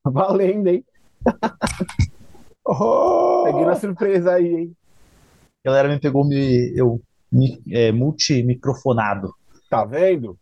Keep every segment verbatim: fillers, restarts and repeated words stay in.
Valendo, hein? Peguei na Oh! surpresa aí, hein? A galera me pegou me, eu, me, é, multimicrofonado. Tá vendo?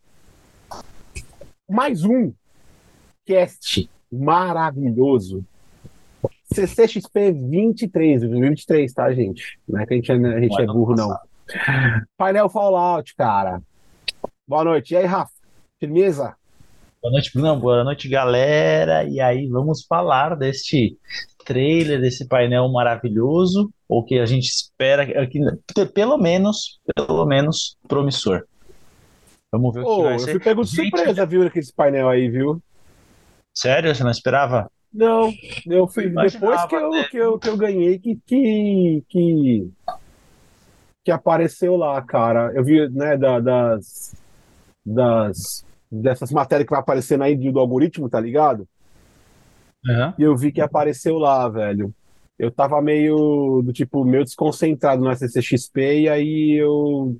Mais um cast maravilhoso. C C X P vinte e três, vinte e três, tá, gente? Não é que a gente é, a gente Não é é ano burro, não. passado. Painel Fallout, cara. Boa noite. E aí, Rafa? Firmeza? Boa noite, Bruno. Boa noite, galera. E aí, vamos falar deste trailer, desse painel maravilhoso, ou que a gente espera que, que pelo menos, pelo menos, promissor. Vamos ver o que vai Ô, eu fui ser. pego de Gente, surpresa, viu, naquele painel aí, viu? sério, você não esperava? Não, eu Eu fui depois que imaginava eu, até. que eu, que eu ganhei que, que, que, que apareceu lá, cara. Eu vi, né, da- das, das, dessas matérias que vai aparecendo aí do algoritmo, tá ligado? Aham. E eu vi que apareceu lá, velho. Eu tava meio, do tipo, meio desconcentrado na C C X P, e aí eu,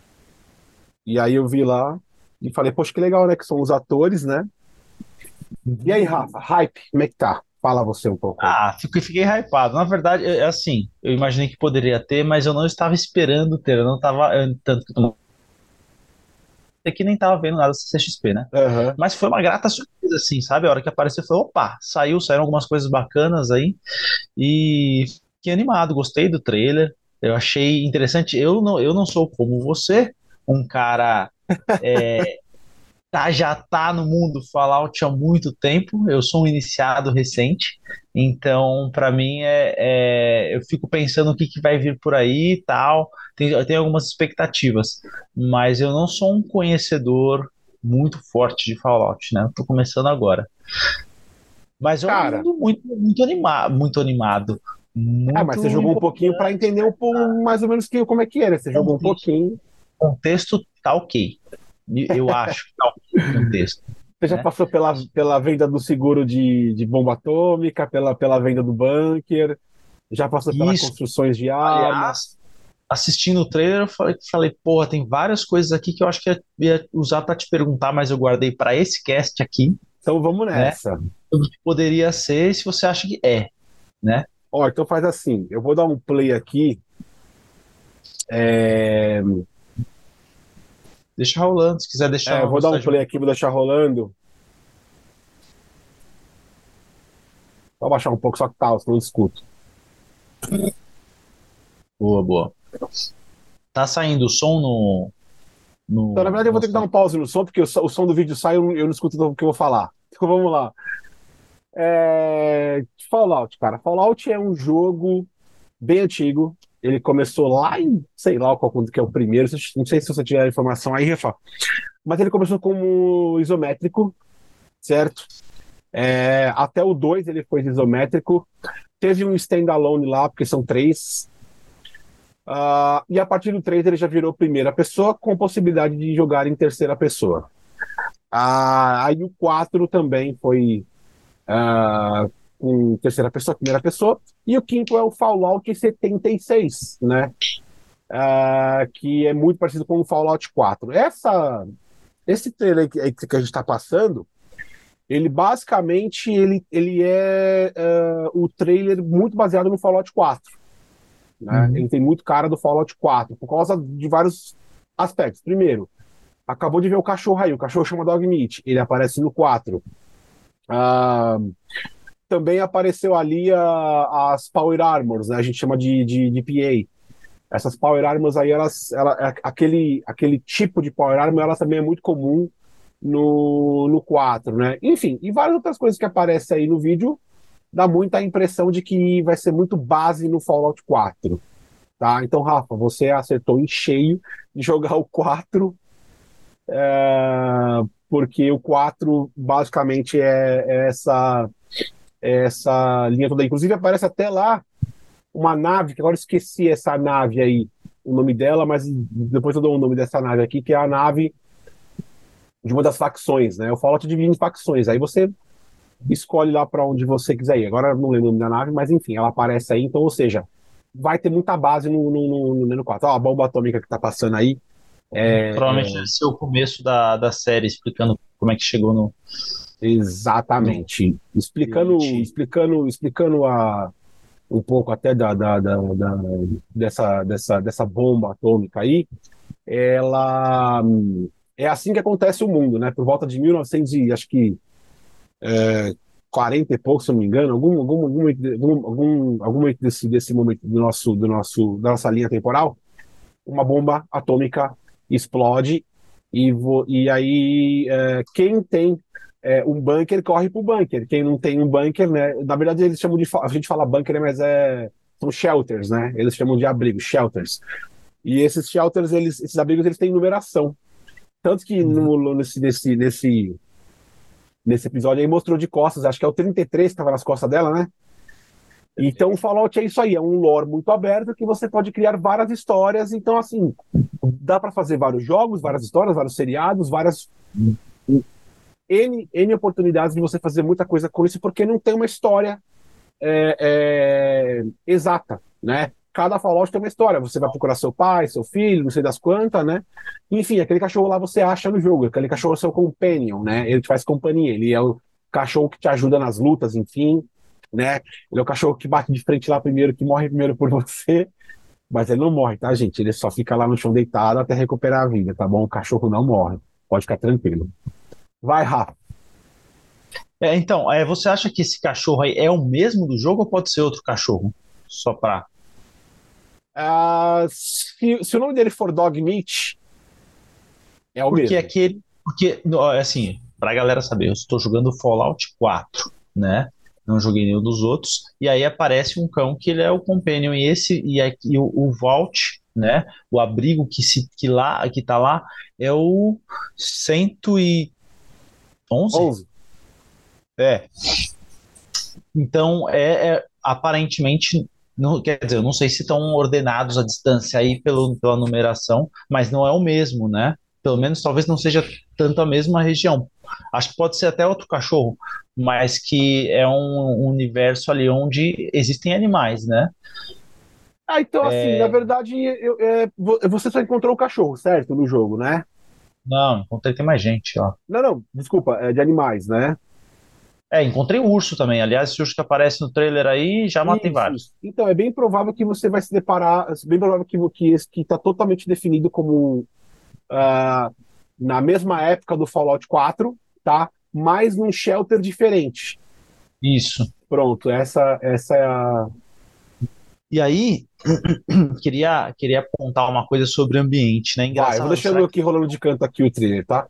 e aí eu vi lá e falei, poxa, que legal, né, que são os atores, né? E aí, Rafa, hype, como é que tá? Fala você um pouco aí. Ah, fiquei, fiquei hypado. Na verdade, é é assim, eu imaginei que poderia ter, mas eu não estava esperando ter. Eu não estava, eu- tanto que eu que nem estava vendo nada do C C X P, né? Aham. Mas foi uma grata surpresa, assim, sabe? A hora que apareceu, foi, opa, saiu, saíram algumas coisas bacanas aí e fiquei animado, gostei do trailer. Eu achei interessante. Eu não, eu não sou como você, um cara tá, já tá no mundo Fallout há muito tempo. Eu sou um iniciado recente, então para mim é, é- eu fico pensando o que, que vai vir por aí e tal. Tem, eu tenho algumas expectativas, mas eu não sou um conhecedor muito forte de Fallout, né? Eu tô começando agora. Mas é um Cara, mundo muito, muito animado, muito animado, ah, mas você muito jogou um pouquinho pra empolgante, entender né? um pouco, mais ou menos que, como é que era. Você O jogou um contexto, pouquinho. o contexto tá ok. Eu acho que tá ok o contexto, Você já né? passou pela, pela venda do seguro de, de bomba atômica, pela, pela venda do bunker, já passou pelas Isso. construções de Aliás, armas. assistindo o trailer, eu falei, falei, porra, tem várias coisas aqui que eu acho que eu ia usar para te perguntar, mas eu guardei para esse cast aqui, Então vamos né? nessa. O que poderia ser, se você acha que é, né? Ó, então faz assim, eu vou dar um play aqui. É, Deixa rolando, se quiser deixar é, eu uma vou dar um velocidade play muito. aqui, vou deixar rolando. Vou abaixar um pouco, só que tá, senão eu não escuto. Boa, boa. Tá saindo o som no, Então, na no, verdade, eu vou no ter que dar som. um pause no som, porque o, so- o som do vídeo sai, eu não, eu não escuto o que eu vou falar. Então vamos lá. É, Fallout, cara. Fallout é um jogo bem antigo. Ele começou lá em, sei lá qual que é o primeiro. Não sei se você tiver a informação aí, Rafa. Mas ele começou como isométrico, certo? É, até o dois ele foi isométrico. Teve um standalone lá, porque são três. Ah, e a partir do três ele já virou primeira pessoa, com possibilidade de jogar em terceira pessoa. Ah, aí o quatro também foi ah, com terceira pessoa, primeira pessoa. E o quinto é o Fallout setenta e seis, né? Ah, que é muito parecido com o Fallout quatro. Essa, esse trailer que, que a gente está passando, ele basicamente ele, ele é ah, o trailer muito baseado no Fallout quatro. Né? Uhum. Ele tem muito cara do Fallout quatro, por causa de vários aspectos. Primeiro, acabou de ver o cachorro aí, o cachorro chama Dogmeat, ele aparece no quatro. Ah, também apareceu ali a, as Power Armors, né? A gente chama de, de, de P A. Essas Power Armors aí, elas, ela, é aquele, aquele tipo de Power Armor, ela também é muito comum no, no quatro, né? Enfim, e várias outras coisas que aparecem aí no vídeo, dá muita impressão de que vai ser muito base no Fallout quatro, tá? Então, Rafa, você acertou em cheio de jogar o quatro, é, porque o quatro basicamente é, é essa, é essa linha toda. Inclusive, aparece até lá uma nave, que agora eu esqueci essa nave aí, o nome dela, mas depois eu dou o nome dessa nave aqui, que é a nave de uma das facções, né? O Fallout é dividido em facções. Aí você escolhe lá para onde você quiser ir. Agora eu não lembro o nome da nave, mas enfim, ela aparece aí. Então, ou seja, vai ter muita base no, no, no, no quatro. Ó, a bomba atômica que tá passando aí. É, Provavelmente deve ser o começo da, da série, explicando como é que chegou no. no Exatamente. Explicando, Elite. explicando, explicando a, um pouco até da, da, da, da- dessa, dessa, dessa bomba atômica aí, ela hum, é assim que acontece o mundo, né? Por volta de mil e novecentos e acho que quarenta e pouco, se eu não me engano, algum algum algum algum, algum, algum momento desse, desse momento do nosso do nosso da nossa linha temporal, uma bomba atômica explode e, vo, e aí é, quem tem é, um bunker corre pro bunker. Quem não tem um bunker, né? Na verdade, eles chamam de. A gente fala bunker, né, mas é, são shelters, né? Eles chamam de abrigo, shelters. E esses shelters, eles, esses abrigos, eles têm numeração. Tanto que Uhum. no, nesse, nesse, nesse, nesse episódio aí mostrou de costas, acho que é o trinta e três que estava nas costas dela, né? Então, o Fallout é isso aí, é um lore muito aberto que você pode criar várias histórias. Então, assim, dá para fazer vários jogos, várias histórias, vários seriados, várias N, N oportunidades de você fazer muita coisa com isso, porque não tem uma história é, é, exata, né? Cada Fallout tem uma história. Você vai procurar seu pai, seu filho, não sei das quantas, né? Enfim, aquele cachorro lá você acha no jogo. Aquele cachorro é seu companion, né? Ele te faz companhia. Ele é o cachorro que te ajuda nas lutas, enfim, né? Ele é o cachorro que bate de frente lá primeiro, que morre primeiro por você. Mas ele não morre, tá, gente? Ele só fica lá no chão deitado até recuperar a vida, tá bom? O cachorro não morre. Pode ficar tranquilo. Vai, Rafa. É, então, é, você acha que esse cachorro aí é o mesmo do jogo ou pode ser outro cachorro? Só pra. Ah, se, se o nome dele for Dog Meat, é o Porque mesmo. aquele. Porque, no, assim, pra galera saber, eu estou jogando Fallout quatro, né? Não joguei nenhum dos outros. E aí aparece um cão que ele é o Companion. E esse, e aqui, o, o Vault, né? O abrigo que, se, que, lá, que tá lá é o cento e onze. onze. É. Então, é, é, aparentemente, não, quer dizer, eu não sei se estão ordenados à distância aí pelo, pela numeração, mas não é o mesmo, né? Pelo menos talvez não seja tanto a mesma região. Acho que pode ser até outro cachorro, mas que é um universo ali onde existem animais, né? Ah, então, assim, na É, verdade, eu- é, vo- você só encontrou o cachorro, certo? No jogo, né? não, encontrei tem mais gente, ó. Não, não, desculpa, é de animais, né? É, encontrei o urso também. Aliás, esse urso que aparece no trailer aí, já matei Isso, vários. isso. Então, é bem provável que você vai se deparar, é bem provável que, que esse que está totalmente definido como ah, na mesma época do Fallout quatro, tá? Mas num shelter diferente. Isso. Pronto, essa, essa é a. E aí, queria, queria apontar uma coisa sobre o ambiente, né? Vai, eu vou Engraçado, deixando será que, aqui rolando de canto aqui o trailer, tá?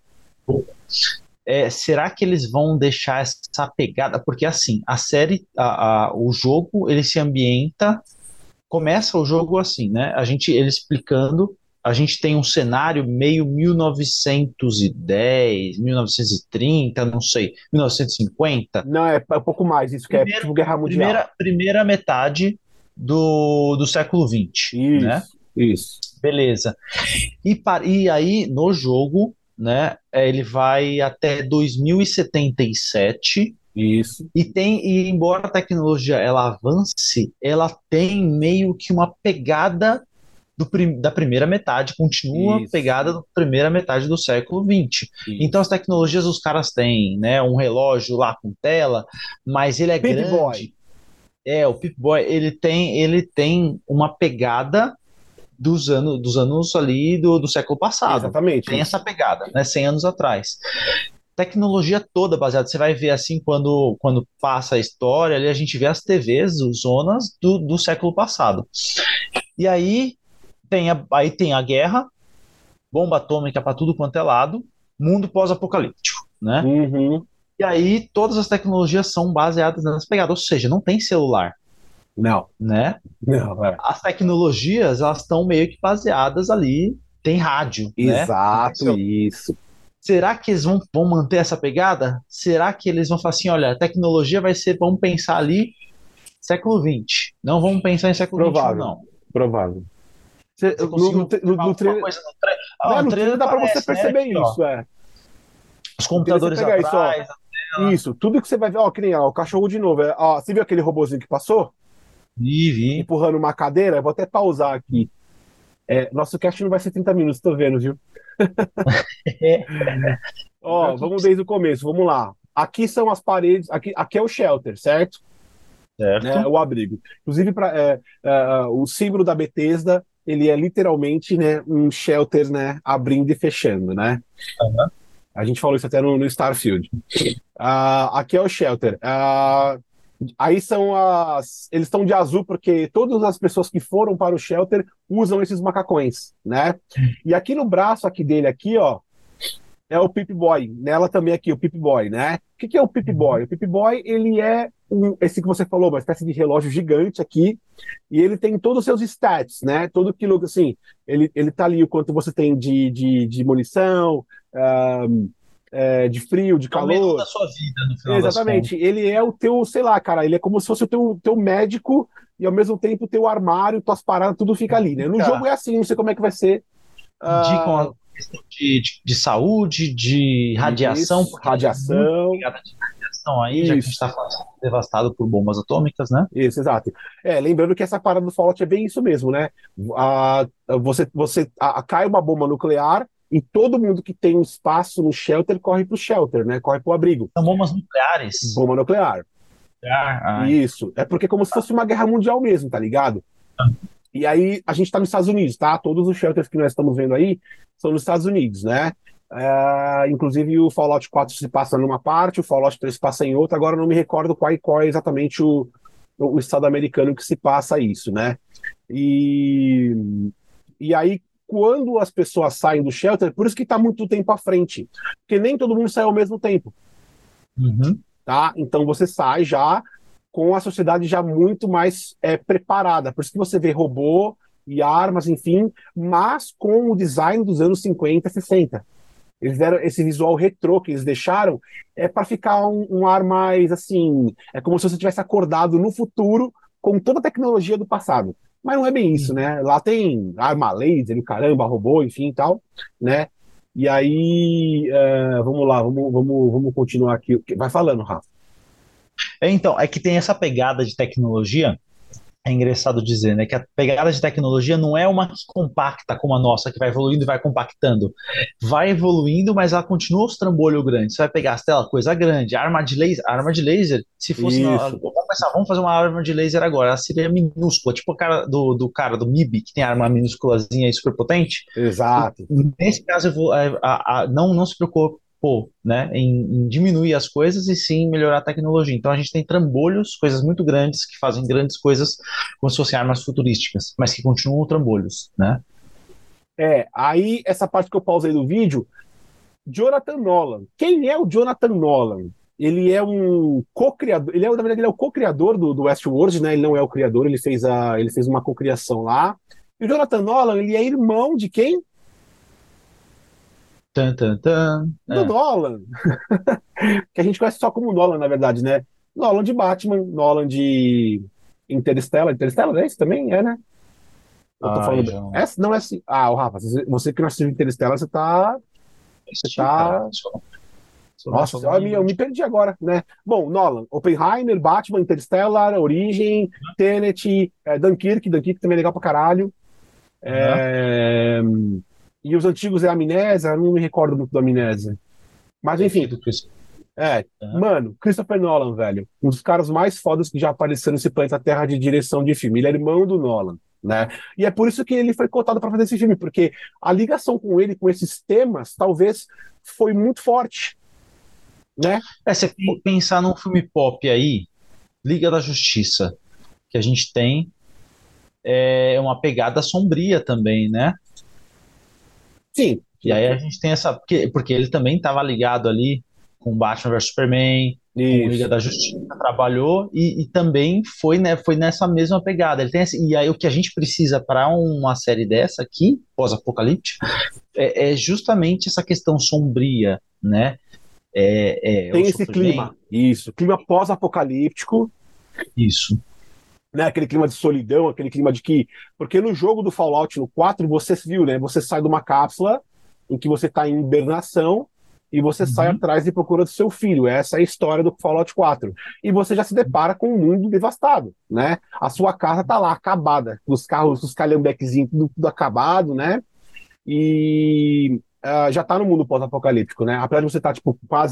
é, será que eles vão deixar essa pegada? Porque assim, a série, a, a- o jogo, ele se ambienta, começa o jogo assim, né? A gente, ele explicando, a gente tem um cenário meio mil novecentos e dez, mil novecentos e trinta, não sei, mil novecentos e cinquenta. Não, é, é um pouco mais, isso que é Primeiro, tipo Guerra Mundial. primeira, primeira metade do, do século vinte, né? Isso, isso, Beleza. E, pa- e aí, no jogo, né, é, ele vai até dois mil e setenta e sete isso, e tem, e embora a tecnologia ela avance, ela tem meio que uma pegada do, prim- da primeira metade, continua isso, pegada da primeira metade do século vinte. Então as isso. tecnologias os caras têm, né, um relógio lá com tela, mas ele é Pip Boy. grande. É, o Pip-Boy, ele tem, ele tem uma pegada dos anos, dos anos ali do, do século passado. Exatamente Tem essa isso. pegada, né? cem anos atrás. Tecnologia toda baseada. Você vai ver assim, quando, quando passa a história, ali a gente vê as T Vs, os zonas do, do século passado. E aí tem a, aí tem a guerra, bomba atômica para tudo quanto é lado, mundo pós-apocalíptico, né? Uhum. E aí todas as tecnologias são baseadas nessa pegada, ou seja, não tem celular, Não, né? não, é. As tecnologias elas estão meio que baseadas ali, tem rádio, né? Não tem Exato celular. isso. Será que eles vão, vão manter essa pegada? Será que eles vão falar assim, olha, a tecnologia vai ser, vamos pensar ali século vinte, não vamos pensar em século vinte e um, Provável, não. provável. Cê- Você no, conseguiu no, tra- no, observar no alguma trailer, coisa no trailer? Ah, né, no no trailer trailer dá pra você aparece, né? perceber Aqui, ó, isso, é. os No trailer você computadores pegar isso, ó. atrás. Isso, tudo que você vai ver, ó, que nem ó, o cachorro de novo. É, ó, você viu aquele robozinho que passou? Vi, vi. Empurrando uma cadeira? Eu vou até pausar aqui. É, nosso cast não vai ser trinta minutos, tô vendo, viu? É, Ó, vamos desde o começo, vamos lá. aqui são as paredes, aqui, aqui é o shelter, certo? Né, Certo. o abrigo. Inclusive, pra, é, é, o símbolo da Bethesda, ele é literalmente, né, um shelter, né, abrindo e fechando, né? Aham. A gente falou isso até no, no Starfield. Ah, aqui é o shelter. Ah, aí são as. Eles estão de azul porque todas as pessoas que foram para o shelter usam esses macacões, né? E aqui no braço aqui dele, aqui, ó, é o Pip-Boy. Nela também aqui, o Pip-Boy, né? O que, que é o Pip-Boy? O Pip-Boy, ele é um, esse que você falou, uma espécie de relógio gigante aqui, e ele tem todos os seus stats, né? Todo aquilo, assim, ele, ele tá ali o quanto você tem de, de, de munição, ah, é, de frio, de É o menu calor. da sua vida, no final das contas. Exatamente. Ele é o teu, sei lá, cara, ele é como se fosse o teu, teu médico e ao mesmo tempo o teu armário, tuas paradas, tudo fica ali, né? No jogo Fica- é assim, não sei como é que vai ser. Indicam ah, a questão de, de, de saúde, de radiação, isso, porque ela é muito radiação, ligada de radiação aí, já que a gente está isso, devastado por bombas atômicas, né? isso, exato. É, lembrando que essa parada do Fallout é bem isso mesmo, né? Ah, você, você ah, cai uma bomba nuclear e todo mundo que tem um espaço no shelter corre pro shelter, né? Corre pro abrigo. São bombas nucleares. Bomba nuclear. Ah, ai. Isso. É porque é como se fosse uma guerra mundial mesmo, tá ligado? E aí a gente está nos Estados Unidos, tá? Todos os shelters que nós estamos vendo aí são nos Estados Unidos, né? É, inclusive o Fallout quatro se passa numa parte, o Fallout três passa em outra, agora eu não me recordo qual, qual é exatamente o, o estado americano que se passa isso, né? E, e aí, quando as pessoas saem do shelter, por isso que está muito tempo à frente, porque nem todo mundo sai ao mesmo tempo, Uhum. tá? Então você sai já com a sociedade já muito mais é, preparada. Por isso que você vê robô e armas, enfim, mas com o design dos anos cinquenta, sessenta. Eles deram esse visual retrô que eles deixaram é para ficar um, um ar mais assim, é como se você tivesse acordado no futuro com toda a tecnologia do passado. Mas não é bem isso, né? Lá tem arma laser, caramba, robô, enfim e tal, né? E aí, uh, vamos lá, vamos, vamos, vamos continuar aqui. Vai falando, Rafa. É, então, é que tem essa pegada de tecnologia. É engraçado dizer, né, que a pegada de tecnologia não é uma que compacta como a nossa, que vai evoluindo e vai compactando. Vai evoluindo, mas ela continua os trambolhos grandes. Você vai pegar as telas, coisa grande, arma de laser, arma de laser, se fosse na, Isso, vamos começar, vamos fazer uma arma de laser agora, ela seria minúscula, tipo o cara do, do cara do M I B, que tem arma minúsculazinha e super potente. exato. Nesse caso, eu vou, a, a, a, não, não se preocupe, né, em, em diminuir as coisas e sim melhorar a tecnologia. Então a gente tem trambolhos, coisas muito grandes que fazem grandes coisas como se fossem armas futurísticas, mas que continuam trambolhos, né? É, aí essa parte que eu pausei do vídeo, Jonathan Nolan. Quem é o Jonathan Nolan? Ele é um co-criador, ele é, na verdade, ele é o co-criador do, do Westworld, né? Ele não é o criador, ele fez, a, ele fez uma co-criação lá. E o Jonathan Nolan, ele é irmão de quem? Tan, tan, tan. Do É. Nolan. Que a gente conhece só como Nolan, na verdade, né? Nolan de Batman, Nolan de Interstellar. Interstellar é esse também? É, né? Eu tô Ai, falando. João. É, não é assim. Ah, o Rafa, você você que não assistiu Interstellar, você tá. Você Assisti, cara. tá. Sou, sou Nossa, nosso eu me, eu nível me de... perdi agora, né? Bom, Nolan, Oppenheimer, Batman, Interstellar, Origem, Tenet, é, Dunkirk, Dunkirk também é legal pra caralho. Aham. É, e os antigos é Amnésia, eu não me recordo muito do Amnésia. Mas Esse enfim, do Chris. é. Aham. Mano, Christopher Nolan, velho. Um dos caras mais fodas que já apareceram nesse planeta Terra de direção de filme. Ele é irmão do Nolan, né? E é por isso que ele foi cotado para fazer esse filme, porque a ligação com ele, com esses temas, talvez foi muito forte, né? É, você pe- pensar num filme pop aí, Liga da Justiça, que a gente tem é uma pegada sombria também, né? Sim, E aí a gente tem essa. Porque, porque ele também estava ligado ali com Batman versus Superman, com Liga isso. da Justiça, trabalhou e, e também foi, né, foi nessa mesma pegada. Ele tem esse- e aí o que a gente precisa para uma série dessa aqui, pós-apocalíptica, é, é justamente essa questão sombria, né? É, é, o Tem esse clima, sofrimento, isso. Clima pós-apocalíptico, isso. né? Aquele clima de solidão, aquele clima de que. Porque no jogo do Fallout no quatro, você viu, né? Você sai de uma cápsula em que você está em hibernação e você sai Uhum. atrás e procura do seu filho. Essa é a história do Fallout quatro. E você já se depara com um mundo devastado, né? A sua casa tá lá, acabada, os carros, os calhambequezinhos, tudo, tudo acabado, né? E ah, já tá no mundo pós-apocalíptico, né? Apesar de você estar, tipo, quase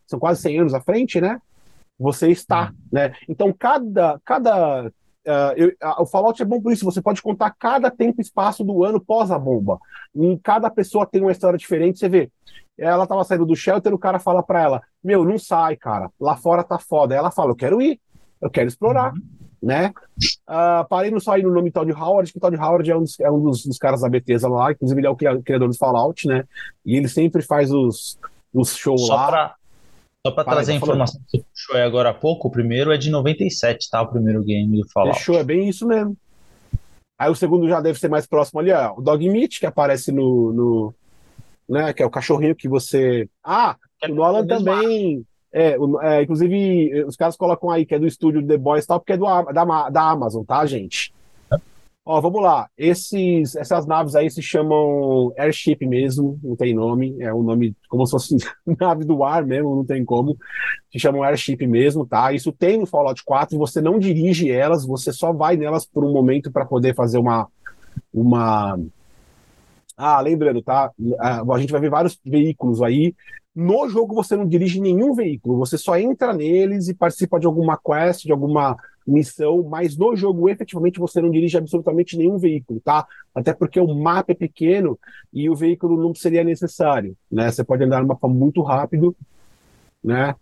são quase cem anos à frente, né? Você está, né? Então, cada, cada uh, eu, a, o Fallout é bom por isso, você pode contar cada tempo e espaço do ano pós a bomba. E cada pessoa tem uma história diferente, você vê. Ela tava saindo do shelter, o cara fala pra ela, meu, não sai, cara, lá fora tá foda. Aí ela fala, eu quero ir, eu quero explorar, Uhum. né? Uh, parei no sair no nome Todd Howard, que o Todd Howard é um dos, é um dos, dos caras da Bethesda lá, inclusive ele é o criador do Fallout, né? E ele sempre faz os, os shows Só lá. para só para Fala aí, trazer tá a falando. informação que você puxou aí agora há pouco, o primeiro é de noventa e sete, tá? O primeiro game do Fechou, é Fallout. bem isso mesmo. Aí o segundo já deve ser mais próximo ali, ó. O Dog Meat, que aparece no, no, né, que é o cachorrinho que você. Ah, Que é o o Nolan mesmo ar. também. É, o- é, inclusive, os caras colocam aí que é do estúdio The Boys e tal, porque é do, Am- da, Ma- da Amazon, tá, gente? Ó, vamos lá. Esses, essas naves aí se chamam Airship mesmo, não tem nome. É um nome como se fosse nave do ar mesmo, não tem como. Se chamam Airship mesmo, tá? Isso tem no Fallout quatro, você não dirige elas, você só vai nelas por um momento para poder fazer uma, uma ah, lembrando, tá? Ah, a gente vai ver vários veículos aí. No jogo você não dirige nenhum veículo, você só entra neles e participa de alguma quest, de alguma missão, mas no jogo efetivamente você não dirige absolutamente nenhum veículo, tá? Até porque o mapa é pequeno e o veículo não seria necessário, né? Você pode andar no mapa muito rápido, né?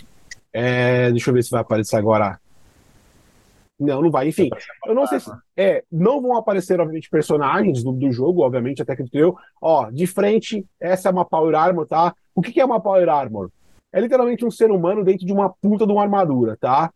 É, deixa eu ver se vai aparecer agora. Não, não vai. Enfim, eu não sei se. É, não vão aparecer, obviamente, personagens do, do jogo, obviamente, até que eu. Ó, de frente, essa é uma Power Armor, tá? O que, que é uma Power Armor? É literalmente um ser humano dentro de uma puta de uma armadura, tá?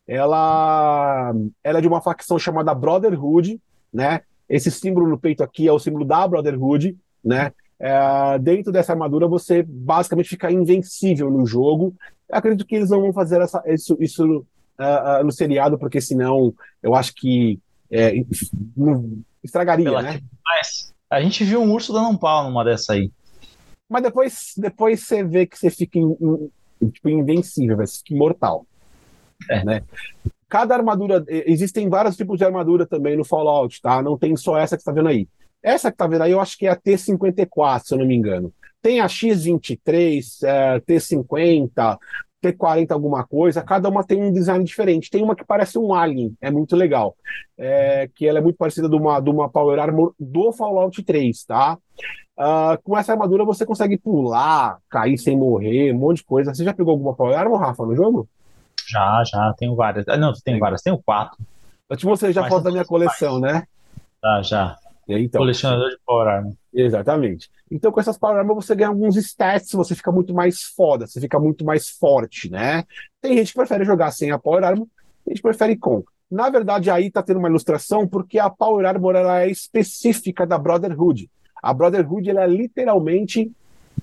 Ela, ela é de uma facção chamada Brotherhood, né? Esse símbolo no peito aqui é o símbolo da Brotherhood, né? É, dentro dessa armadura você basicamente fica invencível no jogo. Eu acredito que eles não vão fazer essa, isso, isso uh, uh, no seriado, porque senão eu acho que é, não- estragaria, né? Apelativo demais. A gente viu um urso dando um pau numa dessa aí. Mas depois, depois você vê que você fica in- in- tipo, invencível, você fica imortal, É. né? Cada armadura, existem vários tipos de armadura também no Fallout, tá? Não tem só essa que você tá vendo aí. Essa que tá vendo aí, eu acho que é a T cinquenta e quatro, se eu não me engano. Tem a X vinte e três, é, T cinquenta, T quarenta alguma coisa, cada uma tem um design diferente. Tem uma que parece um alien, é muito legal. É, que ela é muito parecida de uma, de uma Power Armor do Fallout três, tá? Ah, com essa armadura você consegue pular, cair sem morrer, um monte de coisa. Você já pegou alguma Power Armor, Rafa, no jogo? Já, já, tenho várias. Ah, não, tem Legal. várias, tenho quatro. Eu te mostrei já Mas foto são da minha todas coleção, iguais. né? Já, já. E aí, então, Colecionador de Power Armor. exatamente. Então, com essas Power Armor, você ganha alguns stats, você fica muito mais foda, você fica muito mais forte, né? Tem gente que prefere jogar sem a Power Armor, tem gente que prefere com. Na verdade, aí tá tendo uma ilustração, porque a Power Armor ela é específica da Brotherhood. A Brotherhood ela é literalmente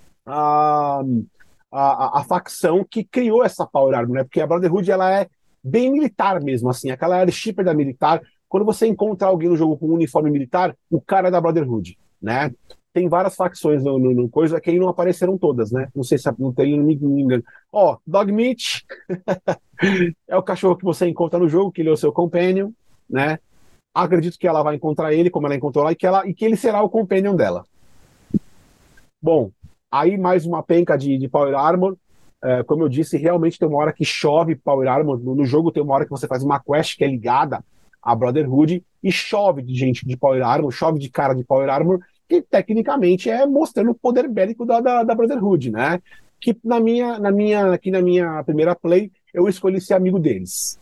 a, a, a facção que criou essa Power Armor, né? Porque a Brotherhood ela é bem militar mesmo, assim, aquela airshipper da militar. Quando você encontra alguém no jogo com um uniforme militar, o cara é da Brotherhood, né? Tem várias facções no, no, no coisa que aí não apareceram todas, né? Não sei se não tem ninguém. Ó, Dog Meat é o cachorro que você encontra no jogo, que ele é o seu companion, né? Acredito que ela vai encontrar ele, como ela encontrou lá, e que, ela, e que ele será o companion dela. Bom, aí mais uma penca de, de Power Armor. É, como eu disse, realmente tem uma hora que chove Power Armor. No, no jogo tem uma hora que você faz uma quest que é ligada à Brotherhood e chove de gente de Power Armor, chove de cara de Power Armor, que tecnicamente é mostrando o poder bélico da, da, da Brotherhood, né? Que na minha, na minha, aqui na minha primeira play, eu escolhi ser amigo deles.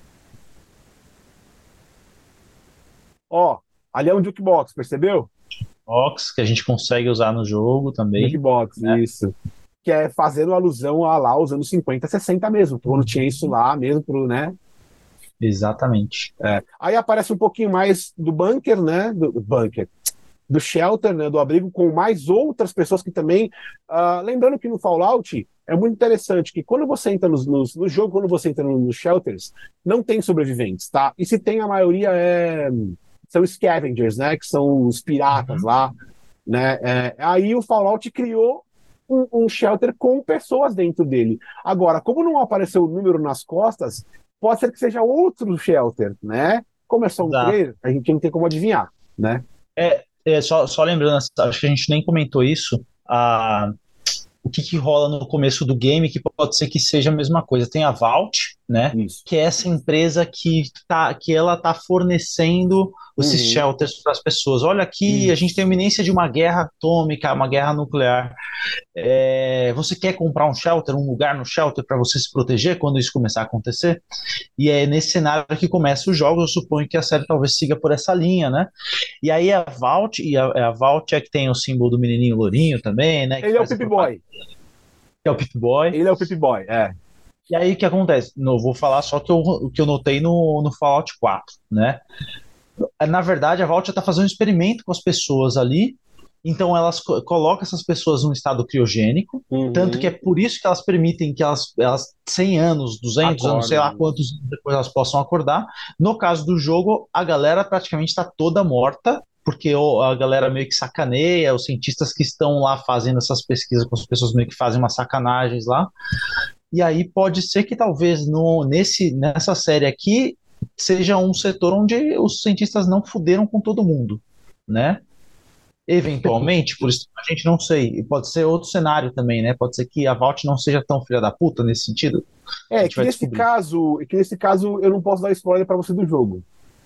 Ó, ali é um jukebox, percebeu? Box que a gente consegue usar no jogo também, Jukebox, né? isso. Que é fazendo alusão a lá os anos cinquenta, sessenta mesmo, quando tinha isso lá mesmo, pro, né? Exatamente. É. Aí aparece um pouquinho mais do bunker, né? Do, do bunker, do shelter, né? Do abrigo, com mais outras pessoas que também. Uh, lembrando que no Fallout é muito interessante que quando você entra nos, nos, no jogo, quando você entra nos shelters, não tem sobreviventes, tá? E se tem, a maioria é, são scavengers, né? Que são os piratas Uhum. lá, né? É, aí o Fallout criou um, um shelter com pessoas dentro dele. Agora, como não apareceu o número nas costas, pode ser que seja outro shelter, né? Como é só um Exato. trailer, a gente não tem como adivinhar, né? É, é só, só lembrando, acho que a gente nem comentou isso. A, o que, que rola no começo do game, que pode ser que seja a mesma coisa. Tem a Vault, né? Isso. Que é essa empresa que, tá, que ela tá fornecendo esses Uhum. shelters para as pessoas. Olha aqui, a gente Isso. tem a iminência de uma guerra atômica, uma guerra nuclear. É, você quer comprar um shelter, um lugar no shelter para você se proteger quando isso começar a acontecer? E é nesse cenário que começa os jogos. Eu suponho que a série talvez siga por essa linha, né? E aí a Vault, e a, a Vault é que tem o símbolo do menininho lourinho também, né? Que Ele é o faz a Pip propaganda, Boy. que é o Pip-Boy. Ele é o Pip Boy, é. E aí o que acontece? Não vou falar só que eu, o que eu notei no, no Fallout quatro, né? Na verdade, a Vault está fazendo um experimento com as pessoas ali, então elas co colocam essas pessoas num estado criogênico, tanto que é Uhum. por isso que elas permitem que elas, elas cem anos, duzentos anos, sei lá Acordam. quantos anos depois elas possam acordar. No caso do jogo, a galera praticamente está toda morta, porque a galera meio que sacaneia, os cientistas que estão lá fazendo essas pesquisas com as pessoas meio que fazem umas sacanagens lá. E aí pode ser que talvez no, nesse, nessa série aqui seja um setor onde os cientistas não fuderam com todo mundo, né? Eventualmente, por isso a gente não sei. E pode ser outro cenário também, né? Pode ser que a Vault não seja tão filha da puta nesse sentido. A É, gente que vai nesse descobrir. caso, que nesse caso eu não posso dar spoiler pra você do jogo,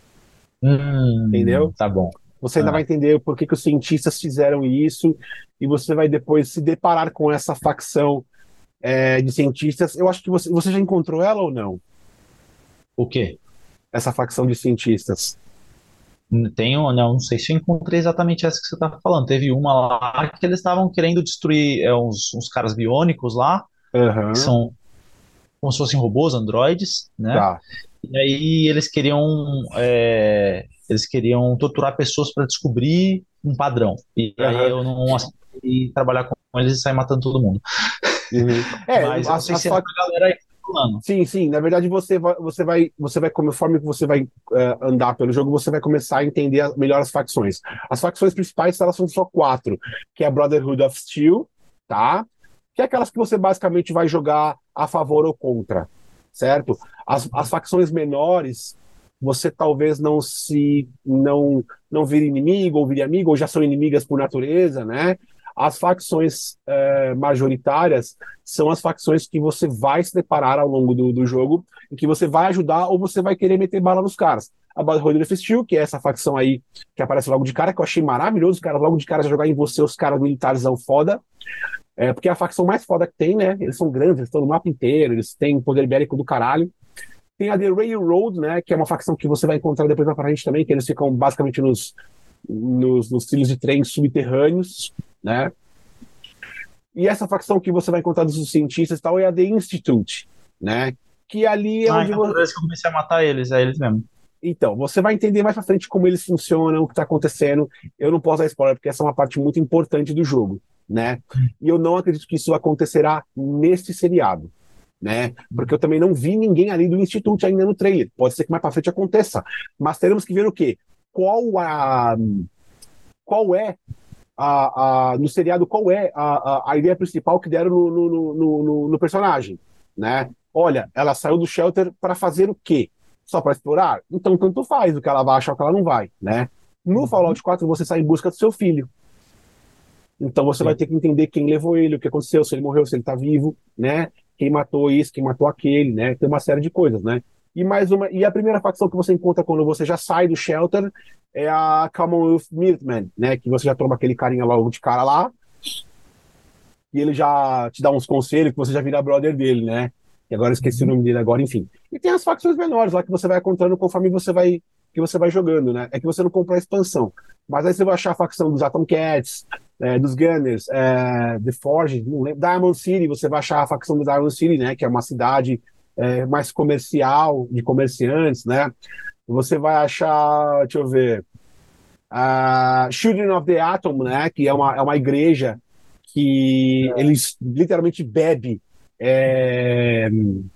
Hum, entendeu? tá bom. Você ainda vai Ah, entender por que que os cientistas fizeram isso e você vai depois se deparar com essa facção é, de cientistas. Eu acho que você, você já encontrou ela ou não? o quê? Essa facção de cientistas. Tenho, não, não sei se eu encontrei exatamente essa que você tá falando. Teve uma lá que eles estavam querendo destruir é, uns, uns caras biônicos lá, que Aham, são como se fossem robôs, androides, né? tá. E aí eles queriam, é, eles queriam torturar pessoas para descobrir um padrão. E aí Aham, eu não aceitei trabalhar com eles e sair matando todo mundo. uhum. É, Mas eu não as, sei as se é essa fac... galera aí que tá falando. sim, sim. Na verdade, você vai, você vai, você vai, conforme você vai é, andar pelo jogo, você vai começar a entender a- melhor as facções. As facções principais, elas são só quatro, que é a Brotherhood of Steel, tá? Que é aquelas que você basicamente vai jogar a favor ou contra, certo? As, as facções menores, você talvez não se não não vire inimigo ou vire amigo, ou já são inimigas por natureza, né? As facções é, majoritárias são as facções que você vai se deparar ao longo do, do jogo, em que você vai ajudar ou você vai querer meter bala nos caras. A Brotherhood of Steel, que é essa facção aí que aparece logo de cara, que eu achei maravilhoso, os caras logo de cara já jogar em você, os caras militarzão foda, é, porque é a facção mais foda que tem, né? Eles são grandes, eles estão no mapa inteiro, eles têm poder bélico do caralho. Tem a The Railroad, né? Que é uma facção que você vai encontrar depois na frente também, que eles ficam basicamente nos, nos, nos trilhos de trem subterrâneos, né? E essa facção que você vai encontrar dos cientistas e tal é a The Institute, né? Que ali é Ah, onde então toda você... vez que eu comecei a matar eles, é eles mesmo. Então, você vai entender mais pra frente como eles funcionam, o que está acontecendo. Eu não posso dar spoiler, porque essa é uma parte muito importante do jogo, né? E eu não acredito que isso acontecerá neste seriado, né? Porque eu também não vi ninguém ali do Instituto ainda no trailer. Pode ser que mais para frente aconteça, mas teremos que ver o quê? Qual a qual é a, a no seriado qual é a, a, a ideia principal que deram no, no, no, no, no personagem, né? Olha, ela saiu do shelter para fazer o quê? Só para explorar? Então tanto faz o que ela vai achar o que ela não vai, né? No Uhum. Fallout quatro você sai em busca do seu filho. Então você vai Sim. ter que entender quem levou ele, o que aconteceu, se ele morreu, se ele está vivo, né? Quem matou isso, quem matou aquele, né? Tem uma série de coisas, né? E mais uma, e a primeira facção que você encontra quando você já sai do shelter é a Commonwealth Minutemen, né? Que você já toma aquele carinha logo de cara lá, e ele já te dá uns conselhos que você já vira brother dele, né? E agora eu esqueci o Uhum. nome dele agora, enfim. E tem as facções menores lá que você vai encontrando conforme você vai que você vai jogando, né? É que você não compra a expansão. Mas aí você vai achar a facção dos Atom Cats, é, dos Gunners, é, The Forge, não lembro, Diamond City, você vai achar a facção do Diamond City, né? Que é uma cidade é, mais comercial, de comerciantes, né? Você vai achar, deixa eu ver, a Children of the Atom, né? Que é uma, é uma igreja que eles literalmente bebem. É,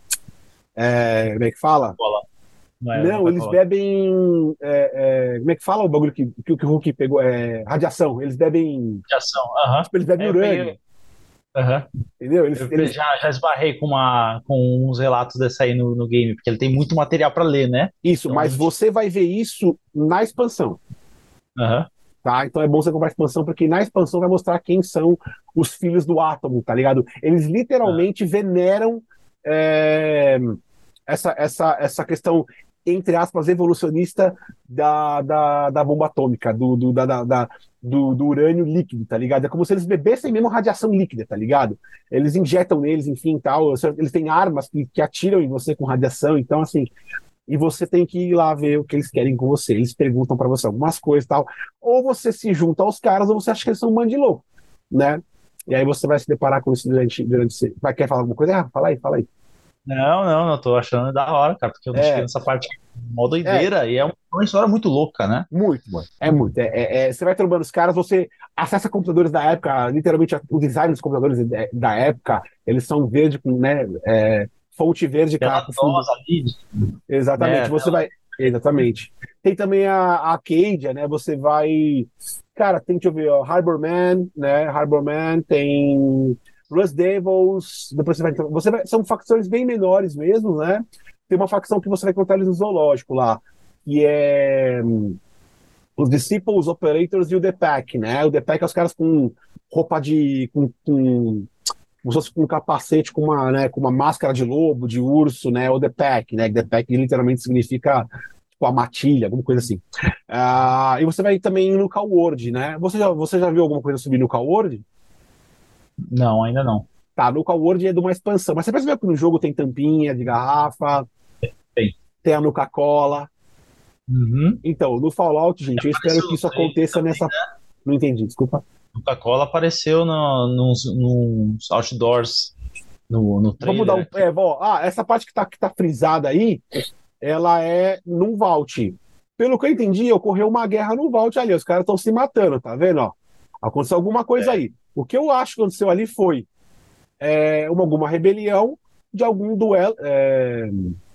é, como é que fala? Bola. Não é, não Não, vai eles falar. bebem. É, é, como é que fala o bagulho que, que, que o Hulk pegou? É, radiação. Eles bebem. De ação. Aham. Tipo, eles bebem É, eu urânio. peguei. Aham. Entendeu? Eles, Eu eles, já, já esbarrei com, uma, com uns relatos dessa aí no, no game, porque ele tem muito material para ler, né? isso, mas Então, você vai ver isso na expansão. aham. tá? Então é bom você comprar a expansão, porque na expansão vai mostrar quem são os filhos do átomo, tá ligado? Eles Ah, literalmente veneram é, essa, essa, essa questão, entre aspas, evolucionista da, da, da bomba atômica, do, do, da, da, da- do, do urânio líquido, tá ligado? É como se eles bebessem mesmo radiação líquida, tá ligado? Eles injetam neles, enfim, tal. Eles têm armas que, que atiram em você com radiação, então, assim, e você tem que ir lá ver o que eles querem com você. Eles perguntam para você algumas coisas e tal. Ou você se junta aos caras, ou você acha que eles são um bando de louco, né? E aí você vai se deparar com isso durante. durante... Vai, quer falar alguma coisa? Ah, fala aí, fala aí. não, não, eu tô achando da hora, cara, porque eu não cheguei É, nessa parte mó é, doideira e é uma história muito louca, né? muito, mano. É muito. É, é- é- você vai trombando os caras, você acessa computadores da época, literalmente o design dos computadores da da época, eles são verde com, né? é, fonte verde Tela com fundo. tosa ali, Exatamente, né? você vai. Exatamente. Tem também a, a Acadia, né? Você vai. Cara, tem, deixa eu ver, ó, Harborman, né? Harborman, tem Rust Devils, depois você vai, você vai. São facções bem menores mesmo, né? Tem uma facção que você vai encontrar eles no zoológico lá, que é hum, os Disciples, Operators e o The Pack, né? O The Pack é os caras com roupa de. com, com como se fosse com um capacete, com uma, né, com uma máscara de lobo, de urso, né, ou The Pack, né, The Pack literalmente significa tipo, a matilha, alguma coisa assim. Ah, e você vai também no Coward, né? Você já, você já viu alguma coisa sobre no Coward? Não, ainda não. Tá, no Coward é de uma expansão, mas você percebeu que no jogo tem tampinha de garrafa, Tem. tem a Nuca-Cola. Uhum. Então, no Fallout, gente, eu espero Apareceu que no isso trailer aconteça também, nessa. né? Não entendi, desculpa. Coca-Cola apareceu no, nos, nos outdoors no, no Vamos dar trailer um. aqui. É, ó, ah, essa parte que tá, que tá frisada aí, ela é num vault. Pelo que eu entendi, ocorreu uma guerra no vault ali. Os caras estão se matando, tá vendo? Ó? Aconteceu alguma coisa É. aí. O que eu acho que aconteceu ali foi é, uma, alguma rebelião de algum duelo. É,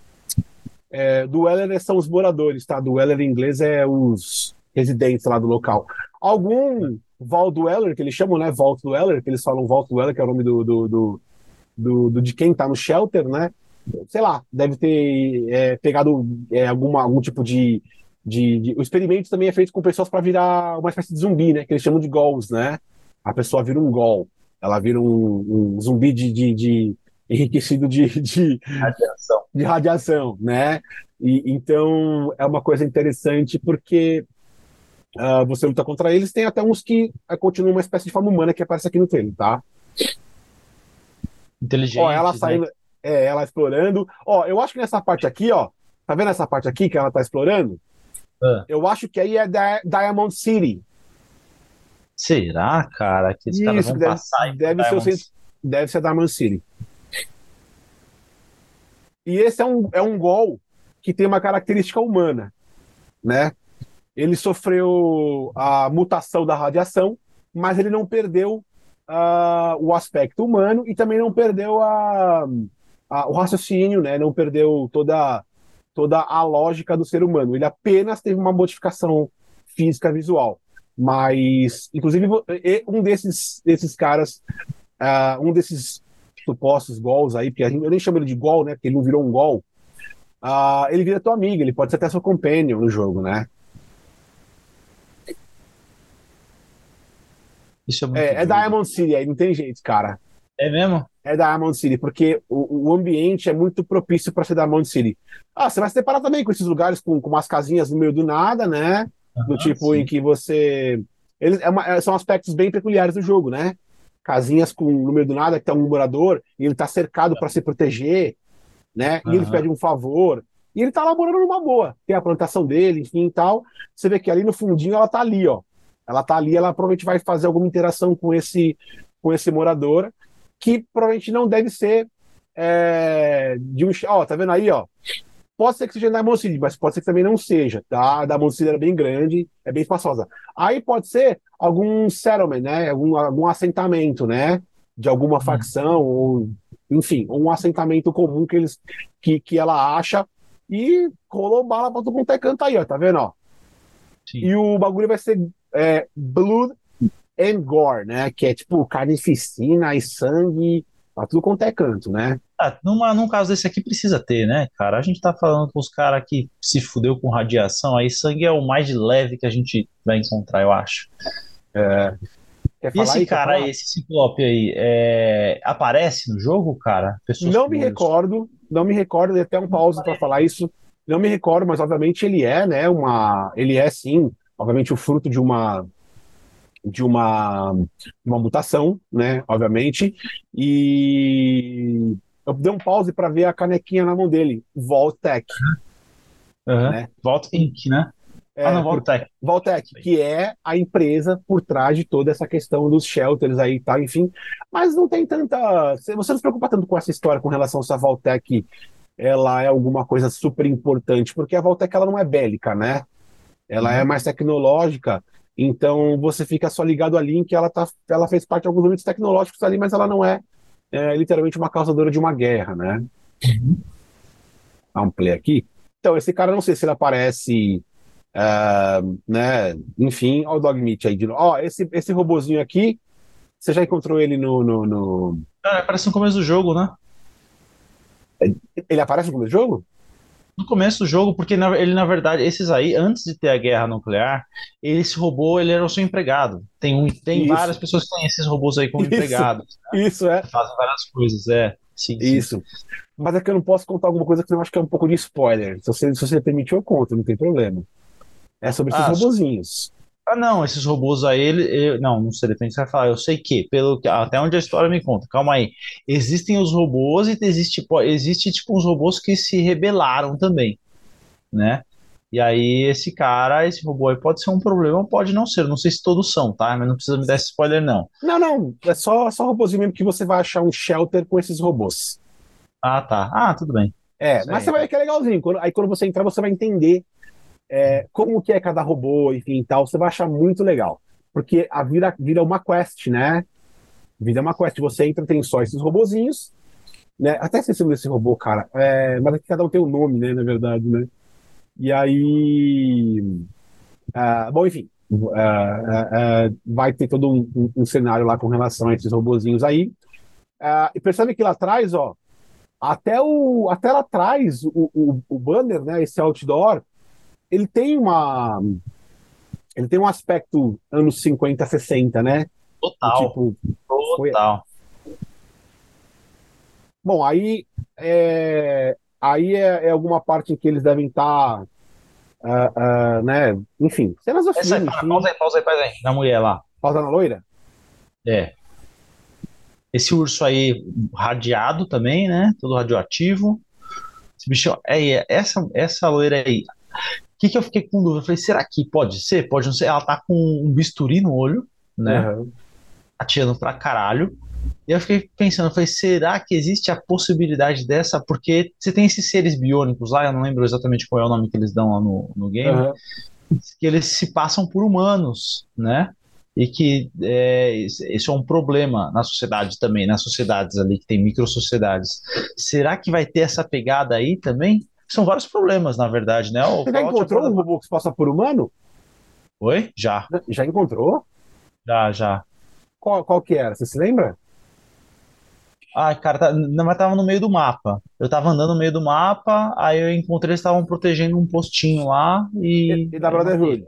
é, Dweller são os moradores, tá? Dweller em inglês é os residentes lá do local. Algum Vault Dweller, que eles chamam, né? Vault Dweller, que eles falam Vault Dweller, que é o nome do, do, do, do, do de quem tá no shelter, né? Sei lá, deve ter é, pegado é, alguma, algum tipo de, de, de. O experimento também é feito com pessoas para virar uma espécie de zumbi, né? Que eles chamam de ghouls, né? A pessoa vira um ghoul, ela vira um, um zumbi de, de, de enriquecido de, de, Radiação. de radiação, né? E, então é uma coisa interessante porque uh, você luta contra eles, tem até uns que uh, continuam uma espécie de forma humana que aparece aqui no trailer, tá? Ó, ela Inteligentes, né? saindo, é, ela explorando. Ó, eu acho que nessa parte aqui, ó, tá vendo essa parte aqui que ela tá explorando? Ah, Eu acho que aí é da Diamond City. será, cara, que os caras Isso, que vão deve, passar aí por deve ser o Diamond centro, City? deve ser a Diamond City. E esse é um, é um Gol que tem uma característica humana, né? Ele sofreu a mutação da radiação, mas ele não perdeu uh, o aspecto humano e também não perdeu a, a, o raciocínio, né? Não perdeu toda, toda a lógica do ser humano. Ele apenas teve uma modificação física visual. Mas, inclusive, um desses, desses caras, uh, um desses supostos gols aí, porque a gente, eu nem chamo ele de gol, né? Porque ele não virou um gol. Uh, ele vira teu amigo, ele pode ser até seu companion no jogo, né? Isso é muito É, é doido. Diamond City, aí não tem jeito, cara. É mesmo? É Diamond City, porque o, o ambiente é muito propício para ser Diamond City. Ah, você vai se deparar também com esses lugares com, com umas casinhas no meio do nada, né? Do Aham, tipo em sim. que você. Eles, é uma- é- são aspectos bem peculiares do jogo, né? Casinhas com, no meio do nada que tem um morador e ele tá cercado para se proteger, né? E ele Aham, pede um favor. E ele tá lá morando numa boa. Tem a plantação dele, enfim e tal. Você vê que ali no fundinho ela tá ali, ó. Ela tá ali, ela provavelmente vai fazer alguma interação com esse, com esse morador, que provavelmente não deve ser é, de um. Ó, tá vendo aí, ó? Pode ser que seja da Moncid, mas pode ser que também não seja, tá? A da Moncid é bem grande, é bem espaçosa. Aí pode ser algum settlement, né? Algum, algum assentamento, né? De alguma hum, facção, ou enfim, um assentamento comum que eles que, que ela acha e rolou bala pra todo mundo ter canto aí, ó, tá vendo, ó? sim. E o bagulho vai ser é, Blood and Gore, né? Que é tipo carnificina e sangue pra tudo quanto é canto, né? Ah, numa, num caso desse aqui precisa ter, né, cara? A gente tá falando com os caras que se fudeu com radiação, aí sangue é o mais leve que a gente vai encontrar, eu acho. É, quer E falar esse aí? Quer cara aí, falar? esse Ciclope aí, é, aparece no jogo, cara? Pessoas Não com me olhos. recordo, não me recordo, dei até um pause para falar isso. Não me recordo, mas obviamente ele é, né, uma, ele é sim, obviamente o fruto de uma de uma, uma mutação, né, obviamente. E eu dei um pause para ver a canequinha na mão dele, Voltec, Aham. né? Volta Inc, né? Ah, É, não, por, Voltec. Voltec, que é a empresa por trás de toda essa questão dos shelters aí e tal, enfim. Mas não tem tanta. Você não se preocupa tanto com essa história com relação a se a Voltec ela é alguma coisa super importante, porque a Voltec ela não é bélica, né? Ela é Uhum. mais tecnológica, então você fica só ligado ali em que ela, tá, ela fez parte de alguns momentos tecnológicos ali, mas ela não é, é literalmente uma causadora de uma guerra, né? Uhum. Dá um play aqui. Então, esse cara, não sei se ele aparece, ah, né? Enfim, ó o Dogmeat aí de novo. Ó, esse, esse robozinho aqui, você já encontrou ele no, no, no- Cara, aparece no começo do jogo, né? Ele aparece no começo do jogo? No começo do jogo, porque na- ele, na verdade, esses aí, antes de ter a guerra nuclear, ele, esse robô, ele era o seu empregado. Tem, um, tem várias Isso, pessoas que têm esses robôs aí como isso, empregados, isso é, que fazem várias coisas, é. Sim, sim. isso. Mas é que eu não posso contar alguma coisa que eu acho que é um pouco de spoiler. Se você, se você permitir, eu conto, não tem problema. É sobre esses Ah, so- robozinhos. ah, não, esses robôs aí, ele, ele- não, não sei, depende do que você vai falar. Eu sei que, pelo que, até onde a história me conta, calma aí. Existem os robôs e existe, po- existe tipo uns robôs que se rebelaram também, né? E aí esse cara, esse robô aí pode ser um problema, ou pode não ser. Eu não sei se todos são, tá? Mas não precisa me dar esse spoiler, não. Não, não, é só, só robozinho mesmo que você vai achar um shelter com esses robôs. Ah, tá. Ah, tudo bem. É, Isso mas aí. você vai ver que é legalzinho. Quando- aí quando você entrar, você vai entender é, como que é cada robô, enfim, e tal. Você vai achar muito legal. Porque a vida vira uma quest, né? Vira uma quest. Você entra, tem só esses robozinhos, né? Até esqueci o nome desse robô, cara. É, mas aqui cada um tem um nome, né? Na verdade, né? E aí. Ah, bom, enfim. ah, ah, ah, vai ter todo um, um- um cenário lá com relação a esses robozinhos aí. Ah, e percebe que lá atrás, ó, até, o, até lá atrás, o, o, o banner, né, esse outdoor, ele tem uma, ele tem um aspecto anos cinquenta sessenta, né? Do Total. tipo, foi. Total. Bom, aí é, aí é, é alguma parte em que eles devem estar, ah, ah, né? Enfim, cenas do Essa aí, filme, para, enfim. pausa aí, pausa aí, pausa aí. Da mulher lá. Pausa na loira? É. Esse urso aí, radiado também, né? Todo radioativo. Esse bicho, é, é, essa, essa loira aí. O que que eu fiquei com dúvida? Eu falei, será que pode ser? Pode não ser. Ela tá com um bisturi no olho, né? Aham. Atirando pra caralho. E eu fiquei pensando, eu falei, será que existe a possibilidade dessa? Porque você tem esses seres biônicos lá, eu não lembro exatamente qual é o nome que eles dão lá no, no game, Aham. que eles se passam por humanos, né? E que é, isso é um problema na sociedade também, nas sociedades ali que tem micro-sociedades. Será que vai ter essa pegada aí também? São vários problemas, na verdade, né? O Você já Fallout encontrou aborda. um robô que se passa por humano? Oi? Já, Já encontrou? já, já. Qual, qual que era? Você se lembra? Ai, cara, tá, não, mas tava no meio do mapa. Eu tava andando no meio do mapa, aí eu encontrei, eles estavam protegendo um postinho lá E, e e da aí eu matei Brotherhood? ele.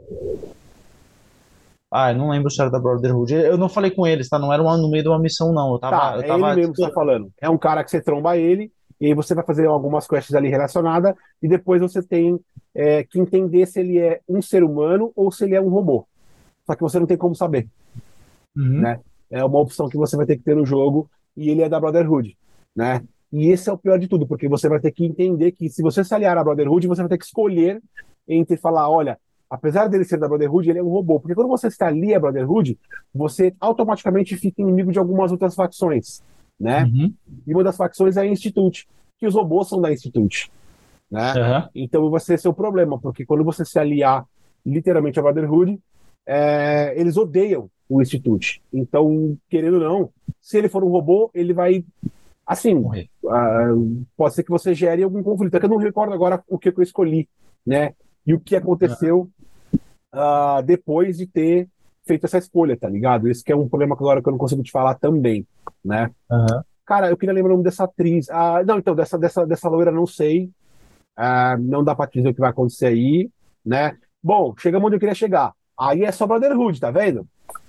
Ah, eu não lembro se era da Brotherhood. Eu não falei com eles, tá? Não era uma- no meio de uma missão, não. Eu Tá, tava, eu é ele tava mesmo que você está explorando. falando. É um cara que você tromba ele, e aí você vai fazer algumas quests ali relacionadas, e depois você tem é, que entender se ele é um ser humano ou se ele é um robô. Só que você não tem como saber, Uhum. né? É uma opção que você vai ter que ter no jogo, e ele é da Brotherhood, né? E esse é o pior de tudo, porque você vai ter que entender que se você se aliar à Brotherhood, você vai ter que escolher entre falar, olha, apesar dele ser da Brotherhood, ele é um robô. Porque quando você se alia à Brotherhood, você automaticamente fica inimigo de algumas outras facções, né? Uhum. E uma das facções é a Institute, que os robôs são da Institute, né? Aham. Então vai ser seu problema, porque quando você se aliar literalmente à Brotherhood, é, eles odeiam o Institute. Então, querendo ou não, se ele for um robô, ele vai, assim, Morrer. ah, pode ser que você gere algum conflito. É que eu não recordo agora o que eu escolhi, né? E o que Aham. aconteceu ah, depois de ter feito essa escolha, tá ligado? Esse que é um problema que agora que eu não consigo te falar também, né? Aham. Cara, eu queria lembrar o nome dessa atriz. Ah, não, então, dessa, dessa, dessa loira não sei. Ah, não dá pra dizer o que vai acontecer aí, né? Bom, chegamos onde eu queria chegar. Aí é só Brotherhood, tá vendo?